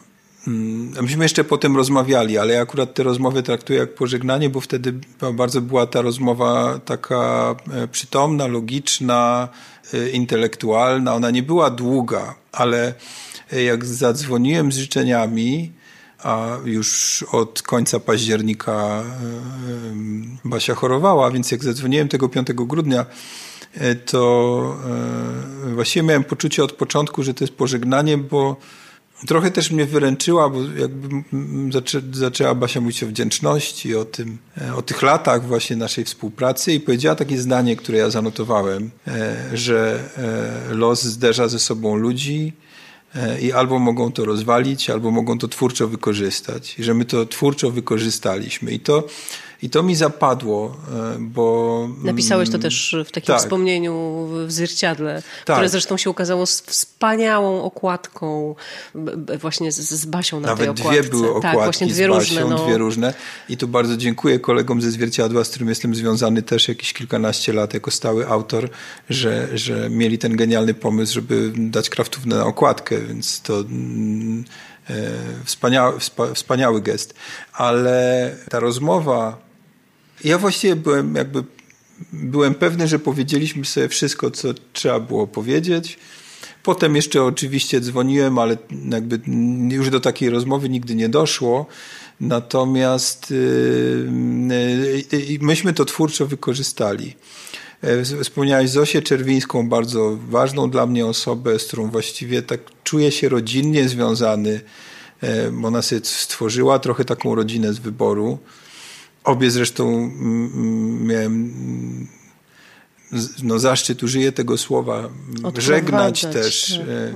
myśmy jeszcze potem rozmawiali, ale ja akurat te rozmowy traktuję jak pożegnanie, bo wtedy bardzo była ta rozmowa taka przytomna, logiczna, intelektualna. Ona nie była długa, ale jak zadzwoniłem z życzeniami, a już od końca października Basia chorowała, więc jak zadzwoniłem tego 5 grudnia, to właściwie miałem poczucie od początku, że to jest pożegnanie, bo trochę też mnie wyręczyła, bo jakby zaczęła Basia mówić o wdzięczności, o tych latach właśnie naszej współpracy i powiedziała takie zdanie, które ja zanotowałem, że los zderza ze sobą ludzi i albo mogą to rozwalić, albo mogą to twórczo wykorzystać. I że my to twórczo wykorzystaliśmy. I to mi zapadło, bo... Napisałeś to też w takim wspomnieniu w Zwierciadle, które zresztą się ukazało z wspaniałą okładką właśnie z Basią na tej okładce. Nawet 2 były okładki właśnie z Basią, 2 różne. I tu bardzo dziękuję kolegom ze Zwierciadła, z którym jestem związany też jakieś kilkanaście lat jako stały autor, że mieli ten genialny pomysł, żeby dać Kraftównę na okładkę, więc to... Wspaniały gest. Ale ta rozmowa... Ja właściwie byłem pewny, że powiedzieliśmy sobie wszystko, co trzeba było powiedzieć. Potem jeszcze oczywiście dzwoniłem, ale jakby już do takiej rozmowy nigdy nie doszło. Natomiast myśmy to twórczo wykorzystali. Wspomniałeś Zosię Czerwińską, bardzo ważną dla mnie osobę, z którą właściwie tak czuję się rodzinnie związany, bo ona sobie stworzyła trochę taką rodzinę z wyboru. Obie zresztą miałem zaszczyt, użyję tego słowa, żegnać też.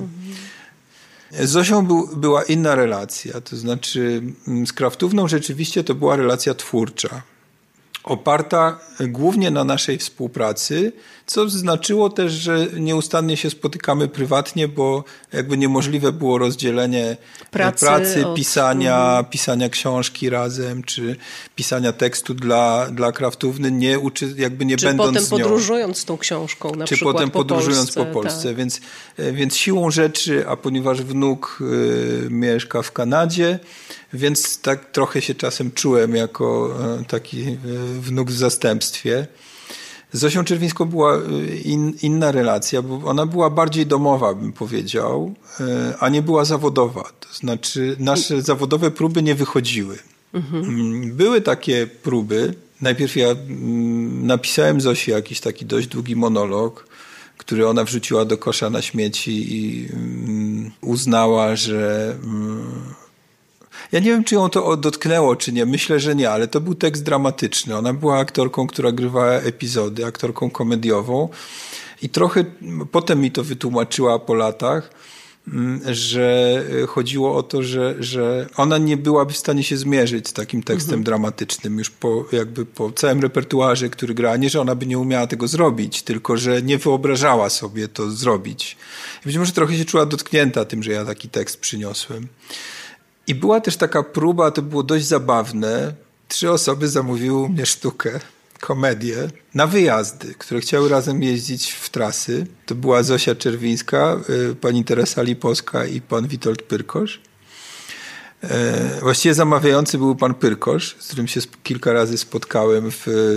Z Zosią była inna relacja, to znaczy z Kraftówną rzeczywiście to była relacja twórcza. Oparta głównie na naszej współpracy, co znaczyło też, że nieustannie się spotykamy prywatnie, bo jakby niemożliwe było rozdzielenie pracy pisania książki razem, czy pisania tekstu dla Kraftówny, nie czy będąc potem z nią. podróżując tą książką na czy przykład potem po podróżując Polsce, po Polsce. Więc siłą rzeczy, a ponieważ wnuk mieszka w Kanadzie, więc tak trochę się czasem czułem jako taki wnuk w zastępstwie. Z Zosią Czerwińską była inna relacja, bo ona była bardziej domowa, bym powiedział, a nie była zawodowa. To znaczy nasze zawodowe próby nie wychodziły. Były takie próby. Najpierw ja napisałem Zosi jakiś taki dość długi monolog, który ona wrzuciła do kosza na śmieci i uznała, że... Ja nie wiem, czy ją to dotknęło, czy nie. Myślę, że nie, ale to był tekst dramatyczny. Ona była aktorką, która grywała epizody, aktorką komediową i trochę potem mi to wytłumaczyła po latach, że chodziło o to, że ona nie byłaby w stanie się zmierzyć z takim tekstem dramatycznym już po całym repertuarze, który grała. Nie, że ona by nie umiała tego zrobić, tylko że nie wyobrażała sobie to zrobić. I być może trochę się czuła dotknięta tym, że ja taki tekst przyniosłem. I była też taka próba, to było dość zabawne. 3 osoby zamówiły u mnie sztukę, komedię, na wyjazdy, które chciały razem jeździć w trasy. To była Zosia Czerwińska, pani Teresa Lipowska i pan Witold Pyrkosz. Właściwie zamawiający był pan Pyrkosz, z którym się kilka razy spotkałem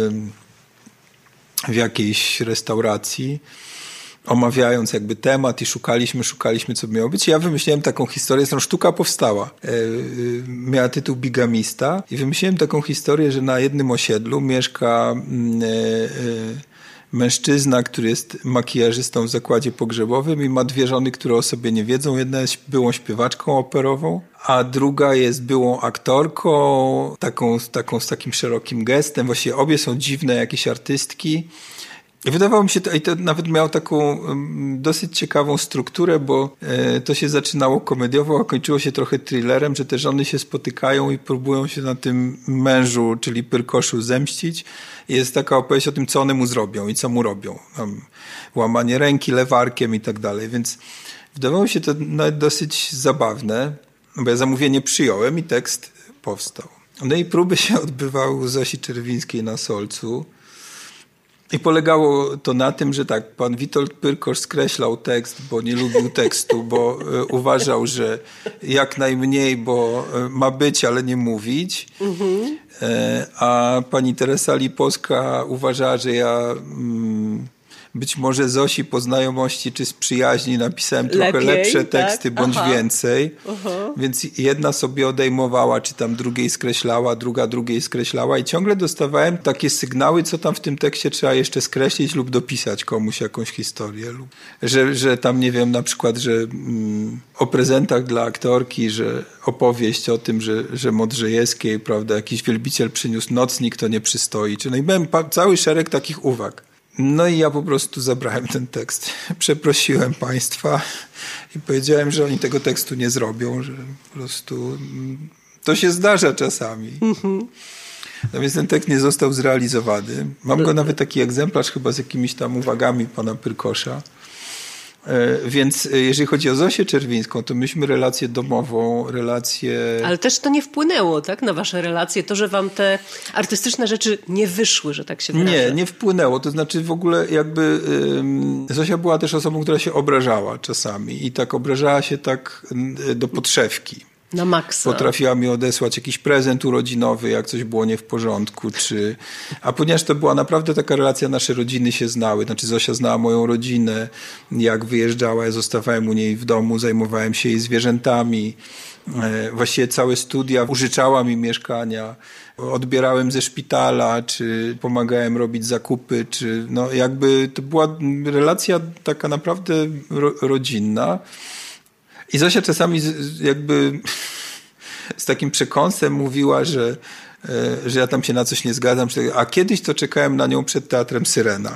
w jakiejś restauracji, omawiając jakby temat i szukaliśmy, co by miało być. Ja wymyśliłem taką historię, zresztą sztuka powstała. Miała tytuł Bigamista i wymyśliłem taką historię, że na jednym osiedlu mieszka mężczyzna, który jest makijażystą w zakładzie pogrzebowym i ma 2 żony, które o sobie nie wiedzą. Jedna jest byłą śpiewaczką operową, a druga jest byłą aktorką, taką z takim szerokim gestem. Właściwie obie są dziwne jakieś artystki. I wydawało mi się, i to nawet miało taką dosyć ciekawą strukturę, bo to się zaczynało komediowo, a kończyło się trochę thrillerem, że te żony się spotykają i próbują się na tym mężu, czyli Pyrkoszu, zemścić. I jest taka opowieść o tym, co one mu zrobią i co mu robią. Łamanie ręki lewarkiem i tak dalej. Więc wydawało się to nawet dosyć zabawne, bo ja zamówienie przyjąłem i tekst powstał. No i próby się odbywały u Zosi Czerwińskiej na Solcu. I polegało to na tym, że tak, pan Witold Pyrkosz skreślał tekst, bo nie lubił tekstu, bo uważał, że jak najmniej, bo ma być, ale nie mówić. A pani Teresa Lipowska uważała, że ja być może Zosi po znajomości czy z przyjaźni napisałem trochę lepsze teksty, bądź więcej. Więc jedna sobie odejmowała, czy tam drugiej skreślała, druga drugiej skreślała i ciągle dostawałem takie sygnały, co tam w tym tekście trzeba jeszcze skreślić lub dopisać komuś jakąś historię. Lub że tam, nie wiem, na przykład, że o prezentach dla aktorki, że opowieść o tym, że Modrzejewskiej, prawda, jakiś wielbiciel przyniósł nocnik, to nie przystoi. Czyli miałem cały szereg takich uwag. No i ja po prostu zabrałem ten tekst. Przeprosiłem państwa i powiedziałem, że oni tego tekstu nie zrobią, że po prostu to się zdarza czasami. No więc ten tekst nie został zrealizowany. Mam go nawet taki egzemplarz chyba z jakimiś tam uwagami pana Pyrkosza. Więc jeżeli chodzi o Zosię Czerwińską, to myśmy relację domową, relację... Ale też to nie wpłynęło, tak, na wasze relacje? To, że wam te artystyczne rzeczy nie wyszły, że tak się wyrażę. Nie wpłynęło. To znaczy w ogóle jakby Zosia była też osobą, która się obrażała czasami i tak obrażała się tak do podszewki. Na maksa. Potrafiła mi odesłać jakiś prezent urodzinowy, jak coś było nie w porządku. A ponieważ to była naprawdę taka relacja, nasze rodziny się znały. Znaczy Zosia znała moją rodzinę. Jak wyjeżdżała, ja zostawałem u niej w domu, zajmowałem się jej zwierzętami. Właściwie całe studia, użyczała mi mieszkania. Odbierałem ze szpitala, czy pomagałem robić zakupy, czy no jakby to była relacja taka naprawdę rodzinna. I Zosia czasami jakby z takim przekąsem mówiła, że ja tam się na coś nie zgadzam. A kiedyś to czekałem na nią przed Teatrem Syrena.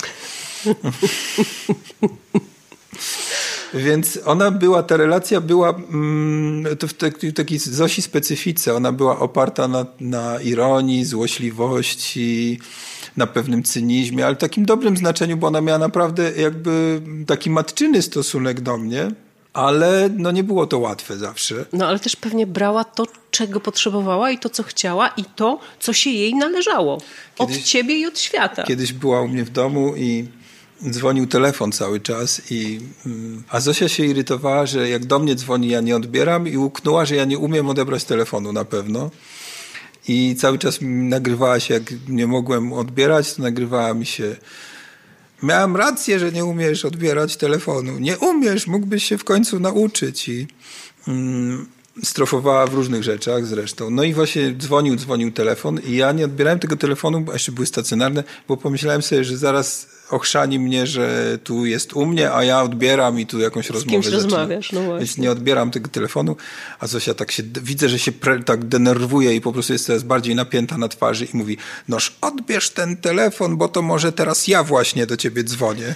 Więc ta relacja była to w takiej Zosi specyfice. Ona była oparta na ironii, złośliwości, na pewnym cynizmie, ale w takim dobrym znaczeniu, bo ona miała naprawdę jakby taki matczyny stosunek do mnie. Ale no nie było to łatwe zawsze. No ale też pewnie brała to, czego potrzebowała i to, co chciała i to, co się jej należało. Od ciebie i od świata. Kiedyś była u mnie w domu i dzwonił telefon cały czas a Zosia się irytowała, że jak do mnie dzwoni, ja nie odbieram i uknęła, że ja nie umiem odebrać telefonu na pewno. I cały czas nagrywała się, jak nie mogłem odbierać, to nagrywała mi się: miałem rację, że nie umiesz odbierać telefonu. Nie umiesz, mógłbyś się w końcu nauczyć. I strofowała w różnych rzeczach zresztą. No i właśnie dzwonił telefon i ja nie odbierałem tego telefonu, bo jeszcze były stacjonarne, bo pomyślałem sobie, że zaraz ochrzani mnie, że tu jest u mnie, a ja odbieram i tu jakąś rozmowę zaczynam. Rozmawiasz, no właśnie. Więc nie odbieram tego telefonu, a Zosia tak się, widzę, że się tak denerwuje i po prostu jest coraz bardziej napięta na twarzy i mówi: noż odbierz ten telefon, bo to może teraz ja właśnie do ciebie dzwonię.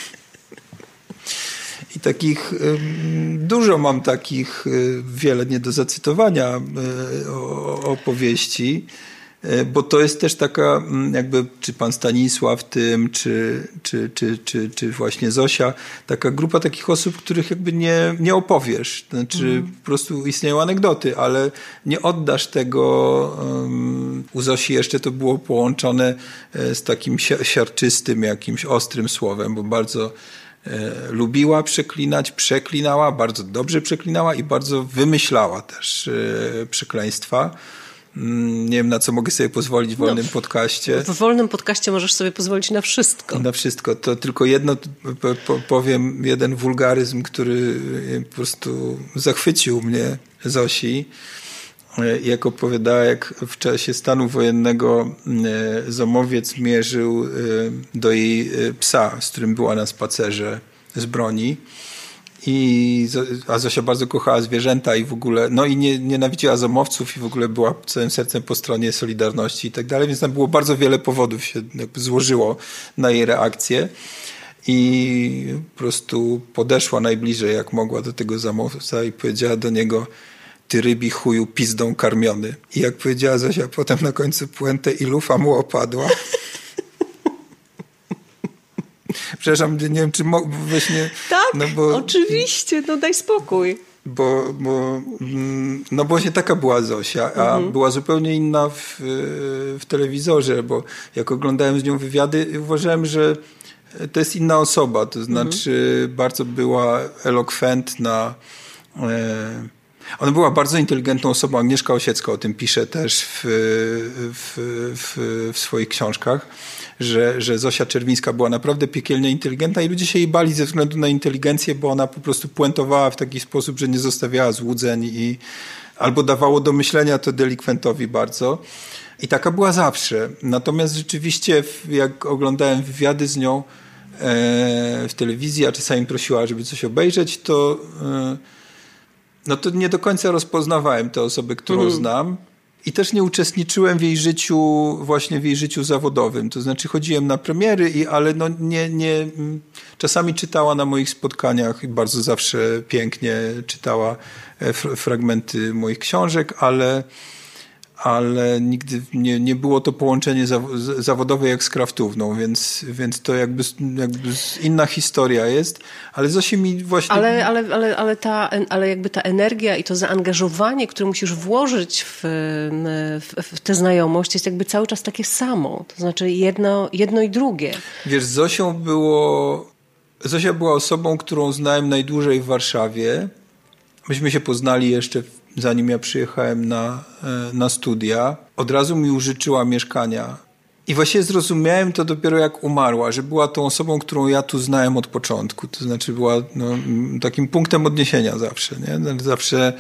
I takich, dużo mam takich, wiele nie do zacytowania opowieści, bo to jest też taka jakby, czy pan Stanisław tym, czy właśnie Zosia, taka grupa takich osób, których jakby nie opowiesz. Znaczy po prostu istnieją anegdoty, ale nie oddasz tego. U Zosi jeszcze to było połączone z takim siarczystym, jakimś ostrym słowem, bo bardzo lubiła przeklinać, przeklinała, bardzo dobrze przeklinała i bardzo wymyślała też przekleństwa. Nie wiem, na co mogę sobie pozwolić w wolnym podcaście. W wolnym podcaście możesz sobie pozwolić na wszystko. Na wszystko. To tylko jedno powiem, jeden wulgaryzm, który po prostu zachwycił mnie Zosi. Jak opowiadała, jak w czasie stanu wojennego Zomowiec mierzył do jej psa, z którym była na spacerze z broni. A Zosia bardzo kochała zwierzęta i w ogóle, no i nienawidziła zomowców i w ogóle była całym sercem po stronie Solidarności i tak dalej, więc tam było bardzo wiele powodów się jakby złożyło na jej reakcję i po prostu podeszła najbliżej jak mogła do tego zomowca i powiedziała do niego: ty rybi chuju pizdą karmiony. I jak powiedziała Zosia potem na końcu puentę i lufa mu opadła. Przepraszam, nie wiem, czy właśnie... Tak, no bo... oczywiście, no daj spokój. bo właśnie taka była Zosia, a była zupełnie inna w telewizorze, bo jak oglądałem z nią wywiady, uważałem, że to jest inna osoba, to znaczy bardzo była elokwentna. Ona była bardzo inteligentną osobą. Agnieszka Osiecka o tym pisze też w swoich książkach, że Zosia Czerwińska była naprawdę piekielnie inteligentna i ludzie się jej bali ze względu na inteligencję, bo ona po prostu puentowała w taki sposób, że nie zostawiała złudzeń i albo dawało do myślenia to delikwentowi bardzo. I taka była zawsze. Natomiast rzeczywiście, jak oglądałem wywiady z nią w telewizji, a czasami prosiła, żeby coś obejrzeć, to to nie do końca rozpoznawałem tę osobę, którą znam. I też nie uczestniczyłem w jej życiu, właśnie w jej życiu zawodowym. To znaczy chodziłem na premiery, ale nie czasami czytała na moich spotkaniach i bardzo zawsze pięknie czytała fragmenty moich książek, ale nigdy nie było to połączenie zawodowe jak z kraftówną, więc to jakby inna historia jest, ale Zosi mi właśnie... Ale jakby ta energia i to zaangażowanie, które musisz włożyć w tę znajomość, jest jakby cały czas takie samo. To znaczy jedno i drugie. Wiesz, Zosia była osobą, którą znałem najdłużej w Warszawie. Myśmy się poznali jeszcze zanim ja przyjechałem na studia. Od razu mi użyczyła mieszkania. I właśnie zrozumiałem to dopiero jak umarła, że była tą osobą, którą ja tu znałem od początku. To znaczy była takim punktem odniesienia zawsze. Nie? Zawsze...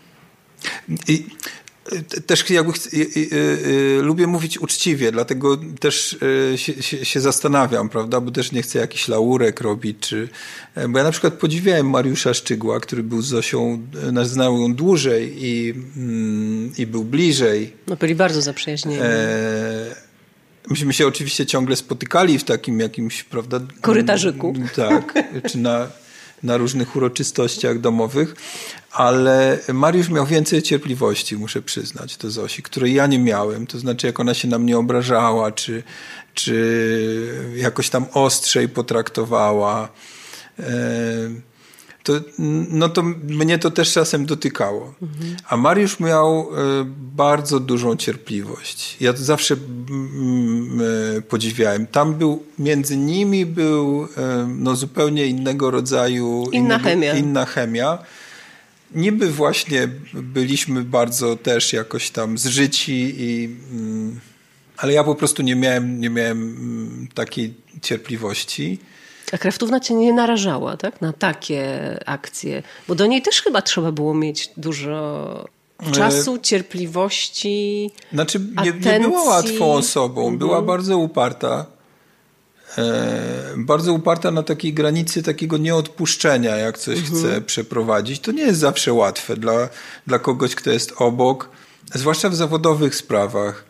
Też lubię mówić uczciwie, dlatego też się zastanawiam, prawda, bo też nie chcę jakichś laurek robić, bo ja na przykład podziwiałem Mariusza Szczygła, który był z Zosią, znał ją dłużej i był bliżej. Byli bardzo zaprzyjaźnieni. Myśmy się oczywiście ciągle spotykali w takim jakimś, prawda... korytarzyku. Tak, czy na różnych uroczystościach domowych, ale Mariusz miał więcej cierpliwości, muszę przyznać, do Zosi, której ja nie miałem. To znaczy, jak ona się na mnie obrażała, czy jakoś tam ostrzej potraktowała, to mnie to też czasem dotykało. A Mariusz miał bardzo dużą cierpliwość. Ja to zawsze podziwiałem. Tam między nimi był zupełnie innego rodzaju... Inna chemia. Niby właśnie byliśmy bardzo też jakoś tam zżyci, ale ja po prostu nie miałem takiej cierpliwości. A kraftówna cię nie narażała, tak? Na takie akcje? Bo do niej też chyba trzeba było mieć dużo czasu, cierpliwości, Znaczy nie była łatwą osobą. Była bardzo uparta. Bardzo uparta na takiej granicy takiego nieodpuszczenia, jak coś chce przeprowadzić. To nie jest zawsze łatwe dla kogoś, kto jest obok, zwłaszcza w zawodowych sprawach.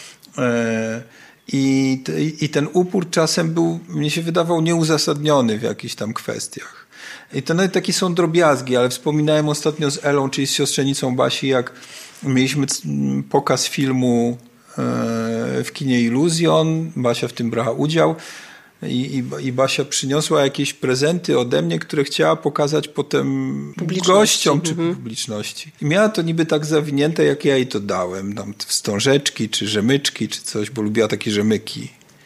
I ten upór czasem mnie się wydawał nieuzasadniony w jakichś tam kwestiach. I to nawet takie są drobiazgi, ale wspominałem ostatnio z Elą, czyli z siostrzenicą Basi, jak mieliśmy pokaz filmu w kinie Iluzjon. Basia w tym brała udział. I Basia przyniosła jakieś prezenty ode mnie, które chciała pokazać potem gościom czy publiczności. I miała to niby tak zawinięte, jak ja jej to dałem. Tam wstążeczki, czy rzemyczki, czy coś, bo lubiła takie rzemyki.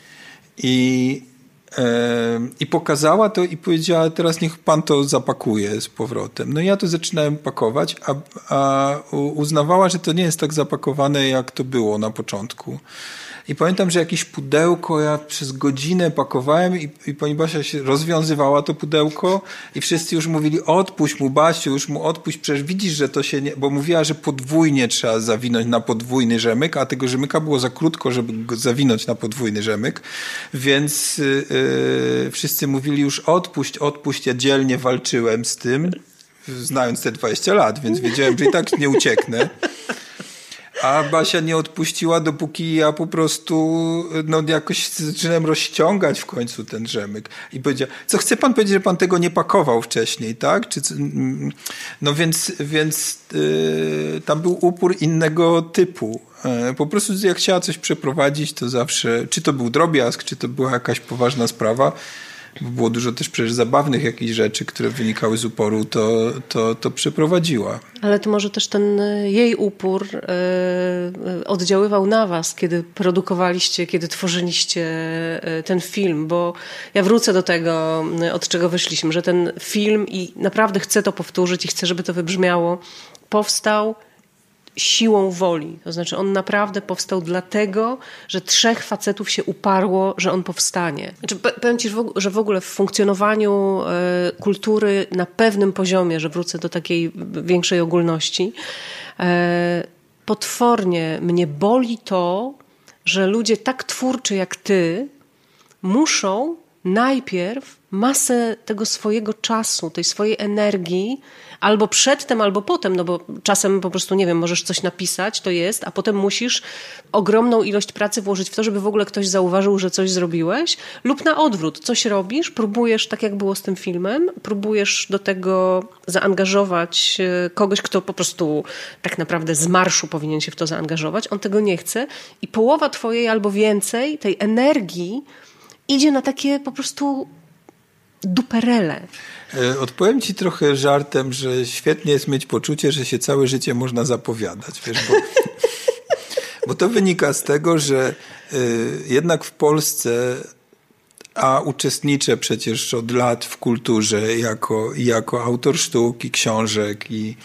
I pokazała to i powiedziała, teraz niech pan to zapakuje z powrotem. No i ja to zaczynałem pakować, a uznawała, że to nie jest tak zapakowane, jak to było na początku. I pamiętam, że jakieś pudełko ja przez godzinę pakowałem i pani Basia się rozwiązywała to pudełko i wszyscy już mówili, odpuść mu Basiu, już mu odpuść, przecież widzisz, że to się nie... Bo mówiła, że podwójnie trzeba zawinąć na podwójny rzemyk, a tego rzemyka było za krótko, żeby go zawinąć na podwójny rzemyk, więc wszyscy mówili już odpuść, ja dzielnie walczyłem z tym, znając te 20 lat, więc wiedziałem, że i tak nie ucieknę. A Basia nie odpuściła, dopóki ja po prostu jakoś zaczynałem rozciągać w końcu ten rzemyk. I powiedział, co chce pan powiedzieć, że pan tego nie pakował wcześniej, tak? No więc tam był upór innego typu. Po prostu jak chciała coś przeprowadzić, to zawsze, czy to był drobiazg, czy to była jakaś poważna sprawa, było dużo też przecież zabawnych jakichś rzeczy, które wynikały z uporu, to przeprowadziła. Ale to może też ten jej upór oddziaływał na was, kiedy produkowaliście, kiedy tworzyliście ten film, bo ja wrócę do tego, od czego wyszliśmy, że ten film, i naprawdę chcę to powtórzyć i chcę, żeby to wybrzmiało, powstał siłą woli. To znaczy on naprawdę powstał dlatego, że 3 facetów się uparło, że on powstanie. Znaczy, powiem ci, że w ogóle w funkcjonowaniu kultury na pewnym poziomie, że wrócę do takiej większej ogólności, potwornie mnie boli to, że ludzie tak twórczy jak ty muszą najpierw masę tego swojego czasu, tej swojej energii, albo przedtem, albo potem, no bo czasem po prostu, nie wiem, możesz coś napisać, to jest, a potem musisz ogromną ilość pracy włożyć w to, żeby w ogóle ktoś zauważył, że coś zrobiłeś, lub na odwrót, coś robisz, próbujesz, tak jak było z tym filmem, próbujesz do tego zaangażować kogoś, kto po prostu tak naprawdę z marszu powinien się w to zaangażować, on tego nie chce i połowa twojej albo więcej tej energii idzie na takie po prostu duperele. Odpowiem ci trochę żartem, że świetnie jest mieć poczucie, że się całe życie można zapowiadać. Wiesz, bo to wynika z tego, że jednak w Polsce, a uczestniczę przecież od lat w kulturze jako autor sztuk i książek i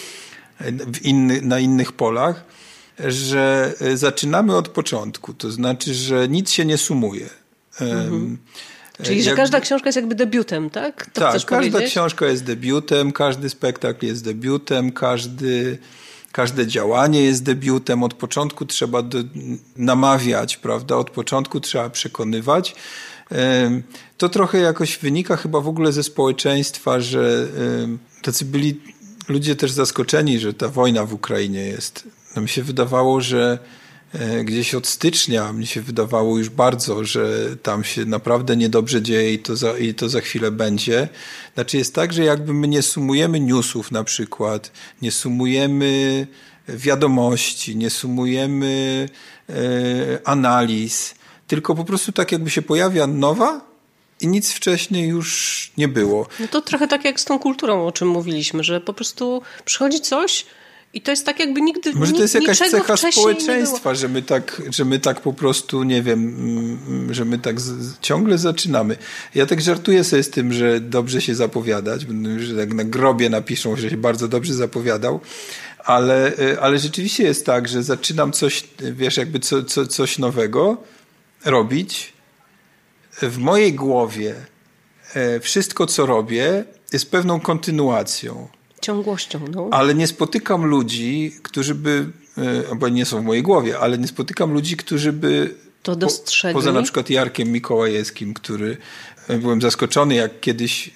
na innych polach, że zaczynamy od początku. To znaczy, że nic się nie sumuje. Czyli, że każda książka jest jakby debiutem, tak? To tak, każda książka jest debiutem, każdy spektakl jest debiutem, każde działanie jest debiutem. Od początku trzeba namawiać, prawda? Od początku trzeba przekonywać. To trochę jakoś wynika chyba w ogóle ze społeczeństwa, że tacy byli ludzie też zaskoczeni, że ta wojna w Ukrainie jest. No mi się wydawało, że gdzieś od stycznia mi się wydawało już bardzo, że tam się naprawdę niedobrze dzieje i to za chwilę będzie. Znaczy jest tak, że jakby my nie sumujemy newsów na przykład, nie sumujemy wiadomości, nie sumujemy analiz, tylko po prostu tak jakby się pojawia nowa i nic wcześniej już nie było. No to trochę tak jak z tą kulturą, o czym mówiliśmy, że po prostu przychodzi coś i to jest tak jakby nigdy może to jest jakaś cecha społeczeństwa, że my tak po prostu, nie wiem, że my tak ciągle zaczynamy. Ja tak żartuję sobie z tym, że dobrze się zapowiadać, że tak na grobie napiszą, że się bardzo dobrze zapowiadał, ale rzeczywiście jest tak, że zaczynam coś, wiesz, jakby coś nowego robić. W mojej głowie wszystko, co robię, jest pewną kontynuacją. Ciągłością, no. Ale nie spotykam ludzi, którzy by, bo nie są w mojej głowie, ale nie spotykam ludzi, którzy by to dostrzegli. Poza na przykład Jarkiem Mikołajewskim, który byłem zaskoczony, jak kiedyś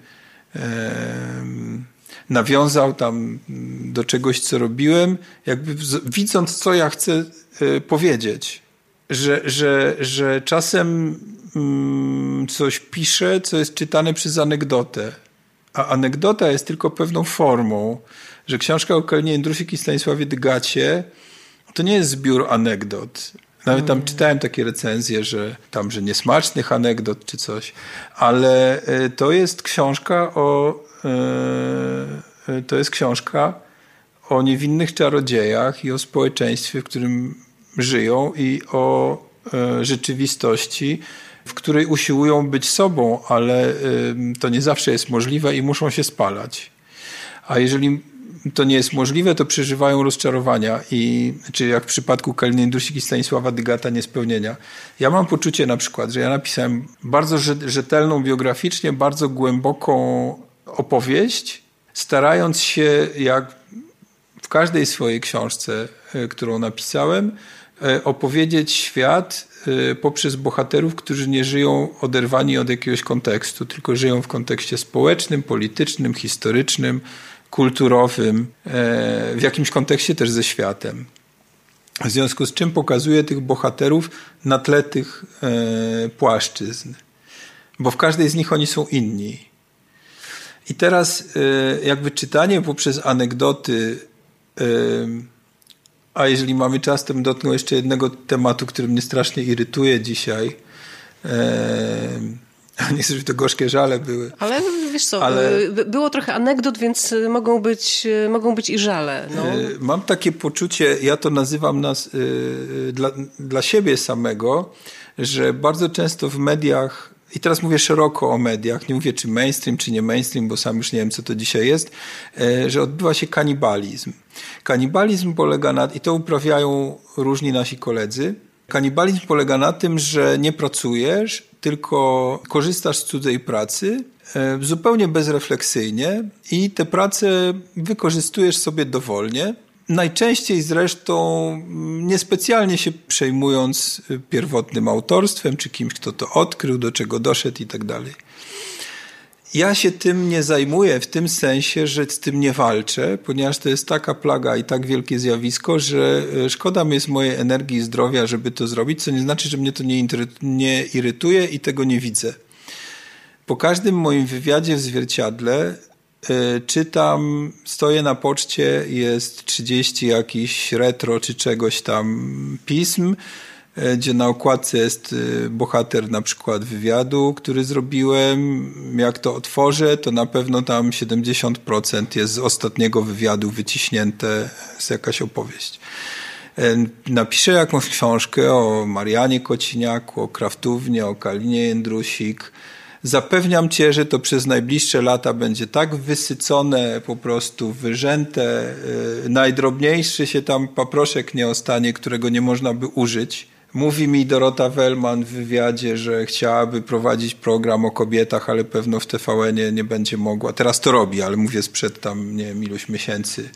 nawiązał tam do czegoś, co robiłem, jakby widząc, co ja chcę powiedzieć. Że czasem coś piszę, co jest czytane przez anegdotę. A anegdota jest tylko pewną formą, że książka o Kalinie Jędrusik i Stanisławie Dygacie to nie jest zbiór anegdot. Nawet tam czytałem takie recenzje, że niesmacznych anegdot czy coś, ale to jest książka o niewinnych czarodziejach i o społeczeństwie, w którym żyją i o rzeczywistości, w której usiłują być sobą, ale to nie zawsze jest możliwe i muszą się spalać. A jeżeli to nie jest możliwe, to przeżywają rozczarowania, czy jak w przypadku Kaliny Jędrusik i Stanisława Dygata, niespełnienia. Ja mam poczucie na przykład, że ja napisałem bardzo rzetelną biograficznie, bardzo głęboką opowieść, starając się, jak w każdej swojej książce, którą napisałem, opowiedzieć świat poprzez bohaterów, którzy nie żyją oderwani od jakiegoś kontekstu, tylko żyją w kontekście społecznym, politycznym, historycznym, kulturowym, w jakimś kontekście też ze światem. W związku z czym pokazuję tych bohaterów na tle tych płaszczyzn, bo w każdej z nich oni są inni. I teraz jakby czytanie poprzez anegdoty, a jeżeli mamy czas, to bym dotknął jeszcze jednego tematu, który mnie strasznie irytuje dzisiaj, Nie chcę, żeby to gorzkie żale były. Ale wiesz co, było trochę anegdot, więc mogą być i żale. No. Mam takie poczucie, ja to nazywam dla siebie samego, że bardzo często w mediach, i teraz mówię szeroko o mediach, nie mówię czy mainstream, czy nie mainstream, bo sam już nie wiem, co to dzisiaj jest, że odbywa się kanibalizm. Kanibalizm polega na, i to uprawiają różni nasi koledzy, kanibalizm polega na tym, że nie pracujesz, tylko korzystasz z cudzej pracy zupełnie bezrefleksyjnie i tę pracę wykorzystujesz sobie dowolnie. Najczęściej zresztą niespecjalnie się przejmując pierwotnym autorstwem, czy kimś, kto to odkrył, do czego doszedł i tak dalej. Ja się tym nie zajmuję w tym sensie, że z tym nie walczę, ponieważ to jest taka plaga i tak wielkie zjawisko, że szkoda mi jest mojej energii i zdrowia, żeby to zrobić, co nie znaczy, że mnie to nie irytuje i tego nie widzę. Po każdym moim wywiadzie w Zwierciadle czytam, stoję na poczcie, jest 30 jakichś retro czy czegoś tam pism, gdzie na okładce jest bohater na przykład wywiadu, który zrobiłem. Jak to otworzę, to na pewno tam 70% jest z ostatniego wywiadu wyciśnięte z jakaś opowieść. Napiszę jakąś książkę o Marianie Kociniaku, o Kraftównie, o Kalinie Jędrusik. Zapewniam cię, że to przez najbliższe lata będzie tak wysycone, po prostu wyrzęte, najdrobniejszy się tam paproszek nie ostanie, którego nie można by użyć. Mówi mi Dorota Wellman w wywiadzie, że chciałaby prowadzić program o kobietach, ale pewno w TVN-ie nie będzie mogła. Teraz to robi, ale mówię sprzed tam, nie wiem, iluś miesięcy.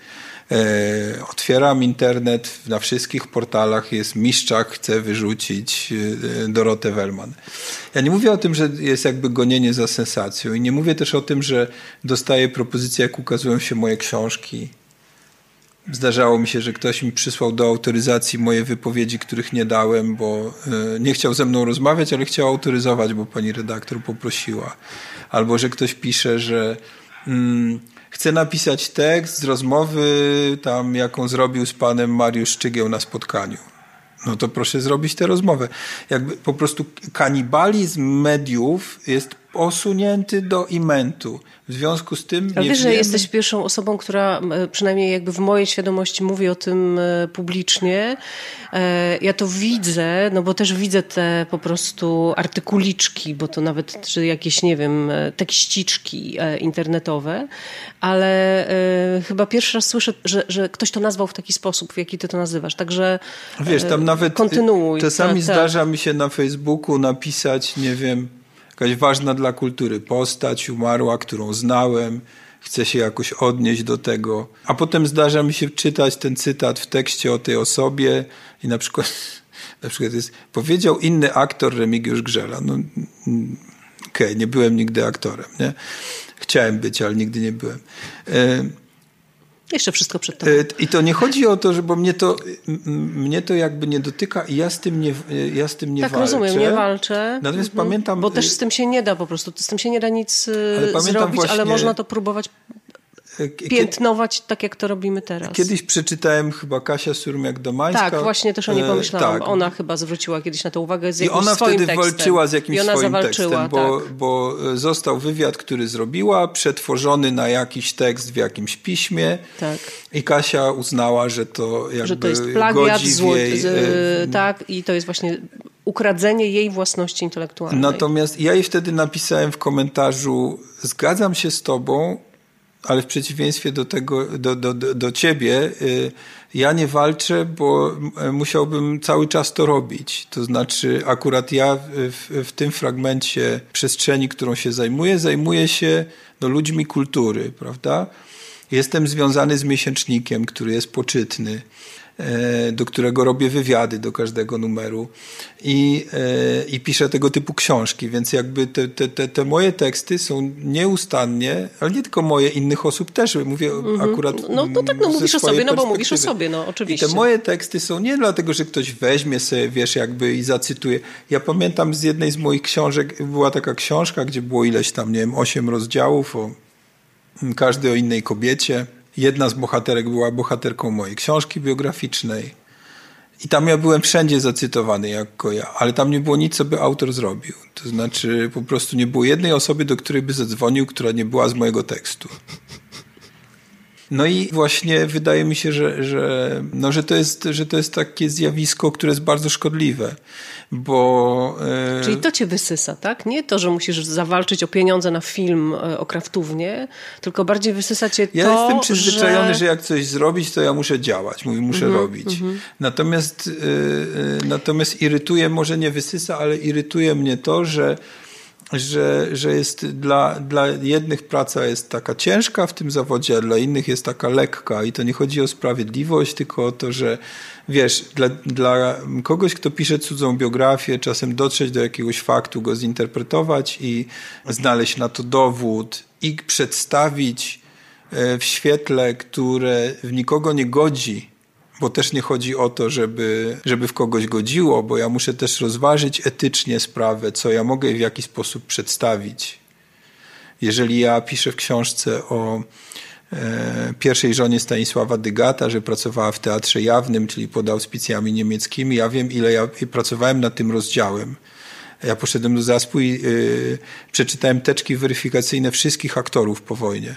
Otwieram internet, na wszystkich portalach jest Miszczak, chce wyrzucić Dorotę Wellman. Ja nie mówię o tym, że jest jakby gonienie za sensacją i nie mówię też o tym, że dostaję propozycje, jak ukazują się moje książki. Zdarzało mi się, że ktoś mi przysłał do autoryzacji moje wypowiedzi, których nie dałem, bo nie chciał ze mną rozmawiać, ale chciał autoryzować, bo pani redaktor poprosiła. Albo że ktoś pisze, że chce napisać tekst z rozmowy, tam jaką zrobił z panem Mariusz Szczygieł na spotkaniu. No to proszę zrobić tę rozmowę. Jakby po prostu kanibalizm mediów jest posunięty do imentu. W związku z tym... Ale wiesz, że jesteś pierwszą osobą, która przynajmniej jakby w mojej świadomości mówi o tym publicznie. Ja to widzę, no bo też widzę te po prostu artykuliczki, bo to nawet czy jakieś, nie wiem, tekściczki internetowe, ale chyba pierwszy raz słyszę, że ktoś to nazwał w taki sposób, w jaki ty to nazywasz. Także wiesz, tam nawet kontynuuj. Czasami zdarza mi się na Facebooku napisać, nie wiem, jakaś ważna dla kultury postać umarła, którą znałem, chcę się jakoś odnieść do tego. A potem zdarza mi się czytać ten cytat w tekście o tej osobie i na przykład jest, powiedział inny aktor Remigiusz Grzela. No, okej, nie byłem nigdy aktorem, nie? Chciałem być, ale nigdy nie byłem. Jeszcze wszystko przed tobą. I to nie chodzi o to, że bo mnie to jakby nie dotyka i ja z tym nie tak, walczę. Rozumiem, nie walczę. Natomiast pamiętam... Bo też z tym się nie da po prostu. Z tym się nie da nic zrobić, właśnie, ale można to próbować piętnować tak, jak to robimy teraz. Kiedyś przeczytałem chyba Kasia Surmiak-Domańska. Tak, właśnie też o niej pomyślałam. Tak. Ona chyba zwróciła kiedyś na to uwagę z jakimś swoim tekstem. I ona wtedy walczyła z jakimś swoim tekstem, bo został wywiad, który zrobiła, przetworzony na jakiś tekst w jakimś piśmie. Tak. I Kasia uznała, że to jakby że to jest plagiat, tak, i to jest właśnie ukradzenie jej własności intelektualnej. Natomiast ja jej wtedy napisałem w komentarzu: zgadzam się z tobą, ale w przeciwieństwie do ciebie, ja nie walczę, bo musiałbym cały czas to robić. To znaczy akurat ja w tym fragmencie przestrzeni, którą się zajmuję się ludźmi kultury, prawda? Jestem związany z miesięcznikiem, który jest poczytny, do którego robię wywiady do każdego numeru i piszę tego typu książki, więc jakby te moje teksty są nieustannie, ale nie tylko moje, innych osób też, mówię akurat no tak, mówisz o sobie, bo mówisz o sobie, oczywiście. I te moje teksty są nie dlatego, że ktoś weźmie sobie, wiesz, jakby i zacytuje. Ja pamiętam z jednej z moich książek, była taka książka, gdzie było ileś tam, nie wiem, 8 rozdziałów, każdy o innej kobiecie. Jedna z bohaterek była bohaterką mojej książki biograficznej I tam ja byłem wszędzie zacytowany jako ja, ale tam nie było nic, co by autor zrobił. To znaczy po prostu nie było jednej osoby, do której by zadzwonił, która nie była z mojego tekstu. No i właśnie wydaje mi się, że to jest takie zjawisko, które jest bardzo szkodliwe, bo... Czyli to cię wysysa, tak? Nie to, że musisz zawalczyć o pieniądze na film o kraftównie, tylko bardziej wysysa cię to, Ja jestem przyzwyczajony, że jak coś zrobić, to ja muszę działać, muszę robić. Natomiast irytuje, może nie wysysa, ale irytuje mnie to, że jest dla jednych praca jest taka ciężka w tym zawodzie, a dla innych jest taka lekka. I to nie chodzi o sprawiedliwość, tylko o to, że wiesz, dla kogoś, kto pisze cudzą biografię, czasem dotrzeć do jakiegoś faktu, go zinterpretować i znaleźć na to dowód i przedstawić w świetle, które w nikogo nie godzi, bo też nie chodzi o to, żeby w kogoś godziło, bo ja muszę też rozważyć etycznie sprawę, co ja mogę i w jaki sposób przedstawić. Jeżeli ja piszę w książce o pierwszej żonie Stanisława Dygata, że pracowała w teatrze jawnym, czyli pod auspicjami niemieckimi, ja wiem, ile ja pracowałem nad tym rozdziałem. Ja poszedłem do ZASP-u i przeczytałem teczki weryfikacyjne wszystkich aktorów po wojnie.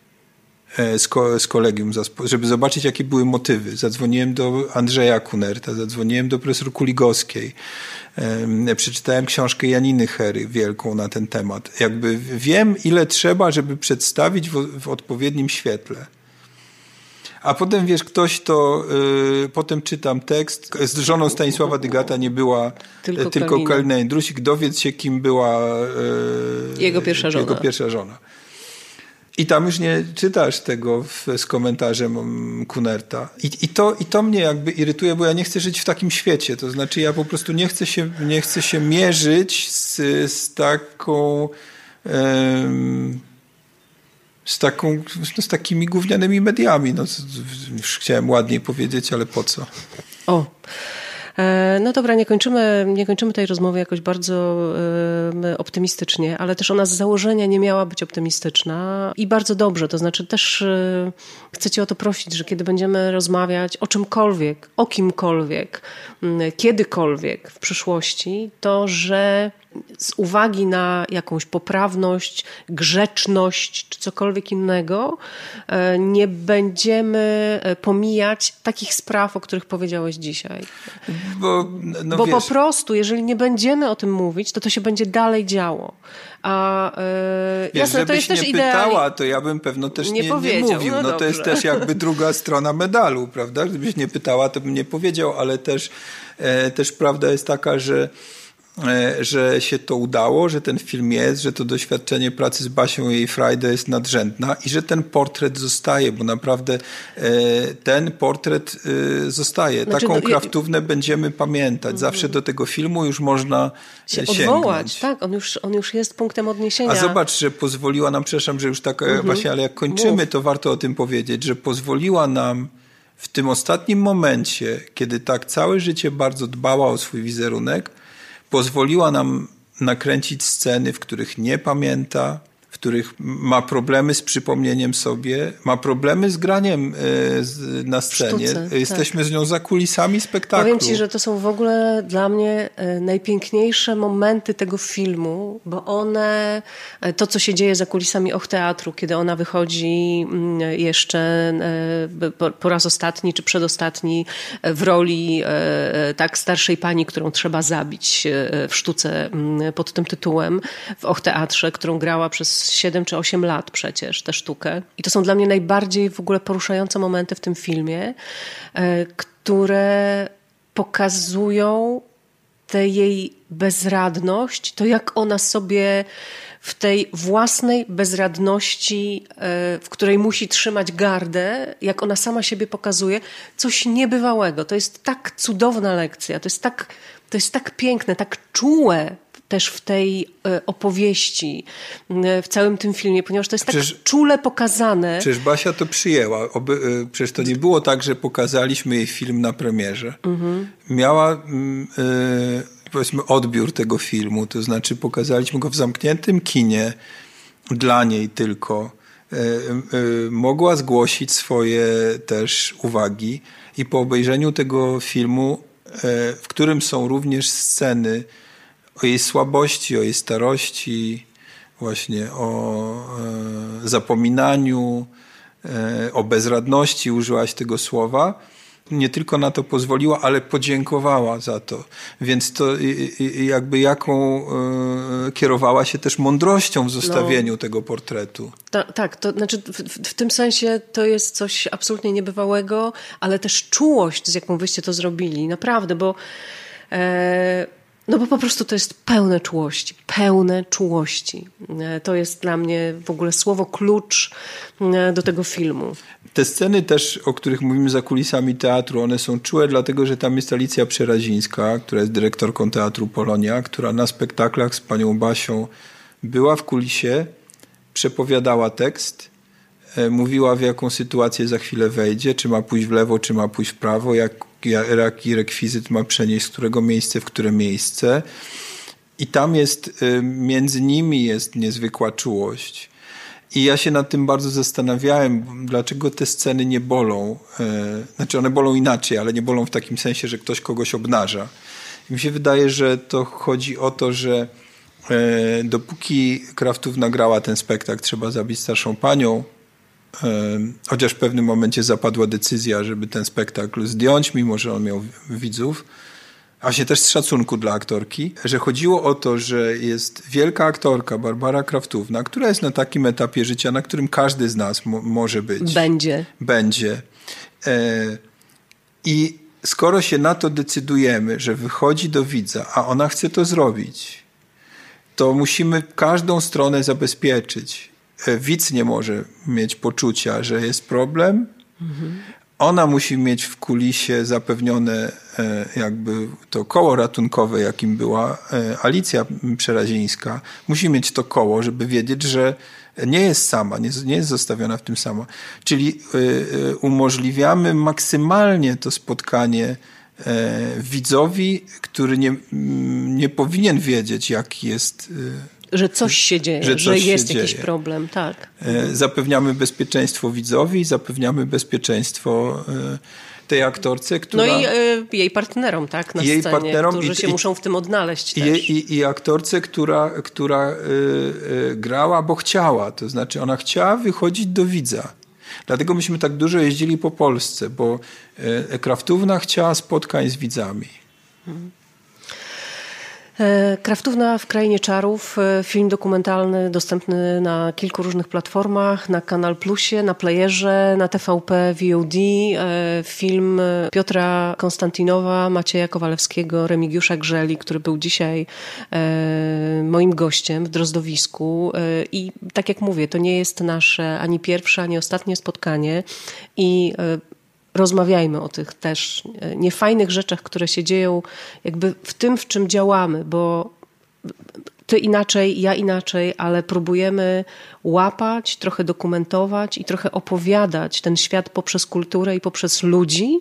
Z kolegium, żeby zobaczyć, jakie były motywy. Zadzwoniłem do Andrzeja Kunerta, zadzwoniłem do profesor Kuligowskiej. Przeczytałem książkę Janiny Hery wielką na ten temat. Jakby wiem, ile trzeba, żeby przedstawić w odpowiednim świetle. A potem, wiesz, potem czytam tekst. Z żoną Stanisława Dygata nie była tylko Kalina Jędrusik. Dowiedz się, kim była jego pierwsza żona. I tam już nie czytasz tego z komentarzem Kunerta. I to mnie jakby irytuje, bo ja nie chcę żyć w takim świecie. To znaczy ja po prostu nie chcę się mierzyć z takimi gównianymi mediami. No, już chciałem ładniej powiedzieć, ale po co? No dobra, nie kończymy tej rozmowy jakoś bardzo optymistycznie, ale też ona z założenia nie miała być optymistyczna i bardzo dobrze. To znaczy też chcę cię o to prosić, że kiedy będziemy rozmawiać o czymkolwiek, o kimkolwiek, kiedykolwiek w przyszłości, to że z uwagi na jakąś poprawność, grzeczność czy cokolwiek innego nie będziemy pomijać takich spraw, o których powiedziałeś dzisiaj. Bo wiesz, po prostu, jeżeli nie będziemy o tym mówić, to się będzie dalej działo. A jasne, to jest też pytała, to ja bym pewno też nie mówił. No to jest też jakby druga strona medalu, prawda? Gdybyś nie pytała, to bym nie powiedział, ale też prawda jest taka, że się to udało, że ten film jest, że to doświadczenie pracy z Basią i jej frajdę jest nadrzędna i że ten portret zostaje, bo naprawdę ten portret zostaje. Znaczy, taką kraftównę będziemy pamiętać. Zawsze do tego filmu już można się odwołać. Tak, on już jest punktem odniesienia. A zobacz, że pozwoliła nam, przepraszam, że już tak właśnie, ale jak kończymy, to warto o tym powiedzieć, że pozwoliła nam w tym ostatnim momencie, kiedy tak całe życie bardzo dbała o swój wizerunek, pozwoliła nam nakręcić sceny, w których nie pamięta, w których ma problemy z przypomnieniem sobie, ma problemy z graniem na scenie. Sztuce, jesteśmy z nią za kulisami spektaklu. Powiem ci, że to są w ogóle dla mnie najpiękniejsze momenty tego filmu, bo to co się dzieje za kulisami teatru, kiedy ona wychodzi jeszcze po raz ostatni czy przedostatni w roli tak starszej pani, którą trzeba zabić w sztuce pod tym tytułem w teatrze, którą grała przez 7 czy 8 lat przecież tę sztukę. I to są dla mnie najbardziej w ogóle poruszające momenty w tym filmie, które pokazują tę jej bezradność, to jak ona sobie w tej własnej bezradności, w której musi trzymać gardę, jak ona sama siebie pokazuje, coś niebywałego. To jest tak cudowna lekcja, to jest tak piękne, tak czułe też w tej opowieści, w całym tym filmie, ponieważ to jest tak czule pokazane. Przecież Basia to przyjęła. Przecież to nie było tak, że pokazaliśmy jej film na premierze. Miała powiedzmy odbiór tego filmu, to znaczy pokazaliśmy go w zamkniętym kinie dla niej tylko. Mogła zgłosić swoje też uwagi i po obejrzeniu tego filmu w którym są również sceny o jej słabości, o jej starości, właśnie o zapominaniu, o bezradności, użyłaś tego słowa. Nie tylko na to pozwoliła, ale podziękowała za to. Więc to jakby jaką kierowała się też mądrością w zostawieniu tego portretu. Tak, to znaczy w tym sensie to jest coś absolutnie niebywałego, ale też czułość, z jaką wyście to zrobili. Naprawdę, bo bo po prostu to jest pełne czułości. To jest dla mnie w ogóle słowo klucz do tego filmu. Te sceny też, o których mówimy za kulisami teatru, one są czułe, dlatego że tam jest Alicja Przerazińska, która jest dyrektorką Teatru Polonia, która na spektaklach z panią Basią była w kulisie, przepowiadała tekst, mówiła, w jaką sytuację za chwilę wejdzie, czy ma pójść w lewo, czy ma pójść w prawo, jaki rekwizyt ma przenieść, z którego miejsca w które miejsce. I tam jest, między nimi jest niezwykła czułość. I ja się nad tym bardzo zastanawiałem, dlaczego te sceny nie bolą. Znaczy one bolą inaczej, ale nie bolą w takim sensie, że ktoś kogoś obnaża. I mi się wydaje, że to chodzi o to, że dopóki Kraftów nagrała ten spektakl Trzeba zabić starszą panią, chociaż w pewnym momencie zapadła decyzja, żeby ten spektakl zdjąć, mimo że on miał widzów, właśnie też z szacunku dla aktorki, że chodziło o to, że jest wielka aktorka Barbara Kraftówna, która jest na takim etapie życia, na którym każdy z nas może być. Będzie. I skoro się na to decydujemy, że wychodzi do widza, a ona chce to zrobić, to musimy każdą stronę zabezpieczyć. Widz nie może mieć poczucia, że jest problem. Ona musi mieć w kulisie zapewnione jakby to koło ratunkowe, jakim była Alicja Przerazińska. Musi mieć to koło, żeby wiedzieć, że nie jest sama, nie jest zostawiona w tym sama. Czyli umożliwiamy maksymalnie to spotkanie widzowi, który nie powinien wiedzieć, jaki jest... Że coś się dzieje, że jest jakiś problem, tak. Zapewniamy bezpieczeństwo widzowi, zapewniamy bezpieczeństwo tej aktorce, która... No i jej partnerom, tak, na scenie, którzy się muszą w tym odnaleźć też. I aktorce, która grała, bo chciała. To znaczy ona chciała wychodzić do widza. Dlatego myśmy tak dużo jeździli po Polsce, bo Kraftówna chciała spotkań z widzami. Kraftówna w Krainie Czarów, film dokumentalny dostępny na kilku różnych platformach, na Kanal Plusie, na Playerze, na TVP VOD, film Piotra Konstantinowa, Macieja Kowalewskiego, Remigiusza Grzeli, który był dzisiaj moim gościem w Drozdowisku i tak jak mówię, to nie jest nasze ani pierwsze, ani ostatnie spotkanie i rozmawiajmy o tych też niefajnych rzeczach, które się dzieją jakby w tym, w czym działamy, bo ty inaczej, ja inaczej, ale próbujemy łapać, trochę dokumentować i trochę opowiadać ten świat poprzez kulturę i poprzez ludzi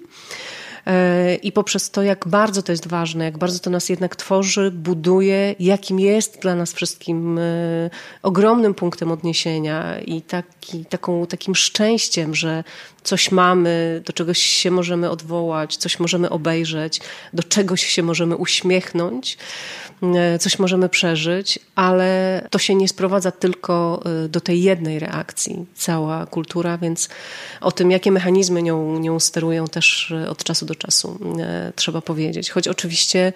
i poprzez to, jak bardzo to jest ważne, jak bardzo to nas jednak tworzy, buduje, jakim jest dla nas wszystkim ogromnym punktem odniesienia i takim szczęściem, że coś mamy, do czegoś się możemy odwołać, coś możemy obejrzeć, do czegoś się możemy uśmiechnąć, coś możemy przeżyć, ale to się nie sprowadza tylko do tej jednej reakcji, cała kultura, więc o tym, jakie mechanizmy nią sterują też od czasu do czasu trzeba powiedzieć. Choć oczywiście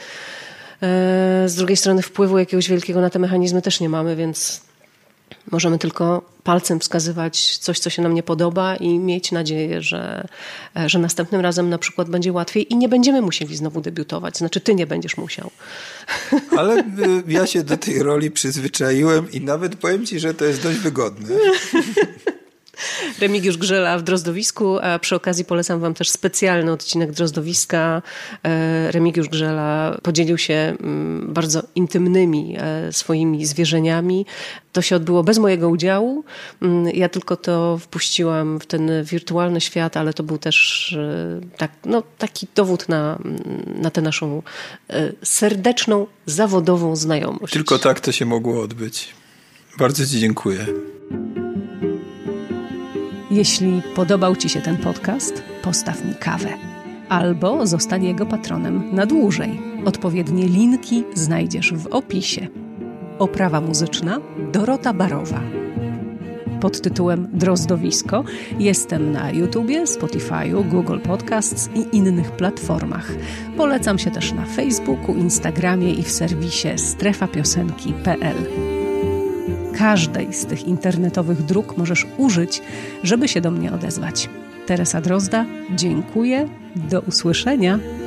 z drugiej strony wpływu jakiegoś wielkiego na te mechanizmy też nie mamy, więc możemy tylko palcem wskazywać coś, co się nam nie podoba i mieć nadzieję, że następnym razem na przykład będzie łatwiej i nie będziemy musieli znowu debiutować. Znaczy ty nie będziesz musiał. Ale ja się do tej roli przyzwyczaiłem i nawet powiem ci, że to jest dość wygodne. Remigiusz Grzela w Drozdowisku, a przy okazji polecam wam też specjalny odcinek Drozdowiska. Remigiusz Grzela podzielił się bardzo intymnymi swoimi zwierzeniami. To się odbyło bez mojego udziału. Ja tylko to wpuściłam w ten wirtualny świat, ale to był też taki dowód na tę naszą serdeczną, zawodową znajomość. Tylko tak to się mogło odbyć. Bardzo ci dziękuję. Jeśli podobał ci się ten podcast, postaw mi kawę. albo zostań jego patronem na dłużej. Odpowiednie linki znajdziesz w opisie. Oprawa muzyczna Dorota Barowa. Pod tytułem Drozdowisko jestem na YouTubie, Spotify'u, Google Podcasts i innych platformach. Polecam się też na Facebooku, Instagramie i w serwisie strefapiosenki.pl. Każdej z tych internetowych dróg możesz użyć, żeby się do mnie odezwać. Teresa Drozda, dziękuję, do usłyszenia.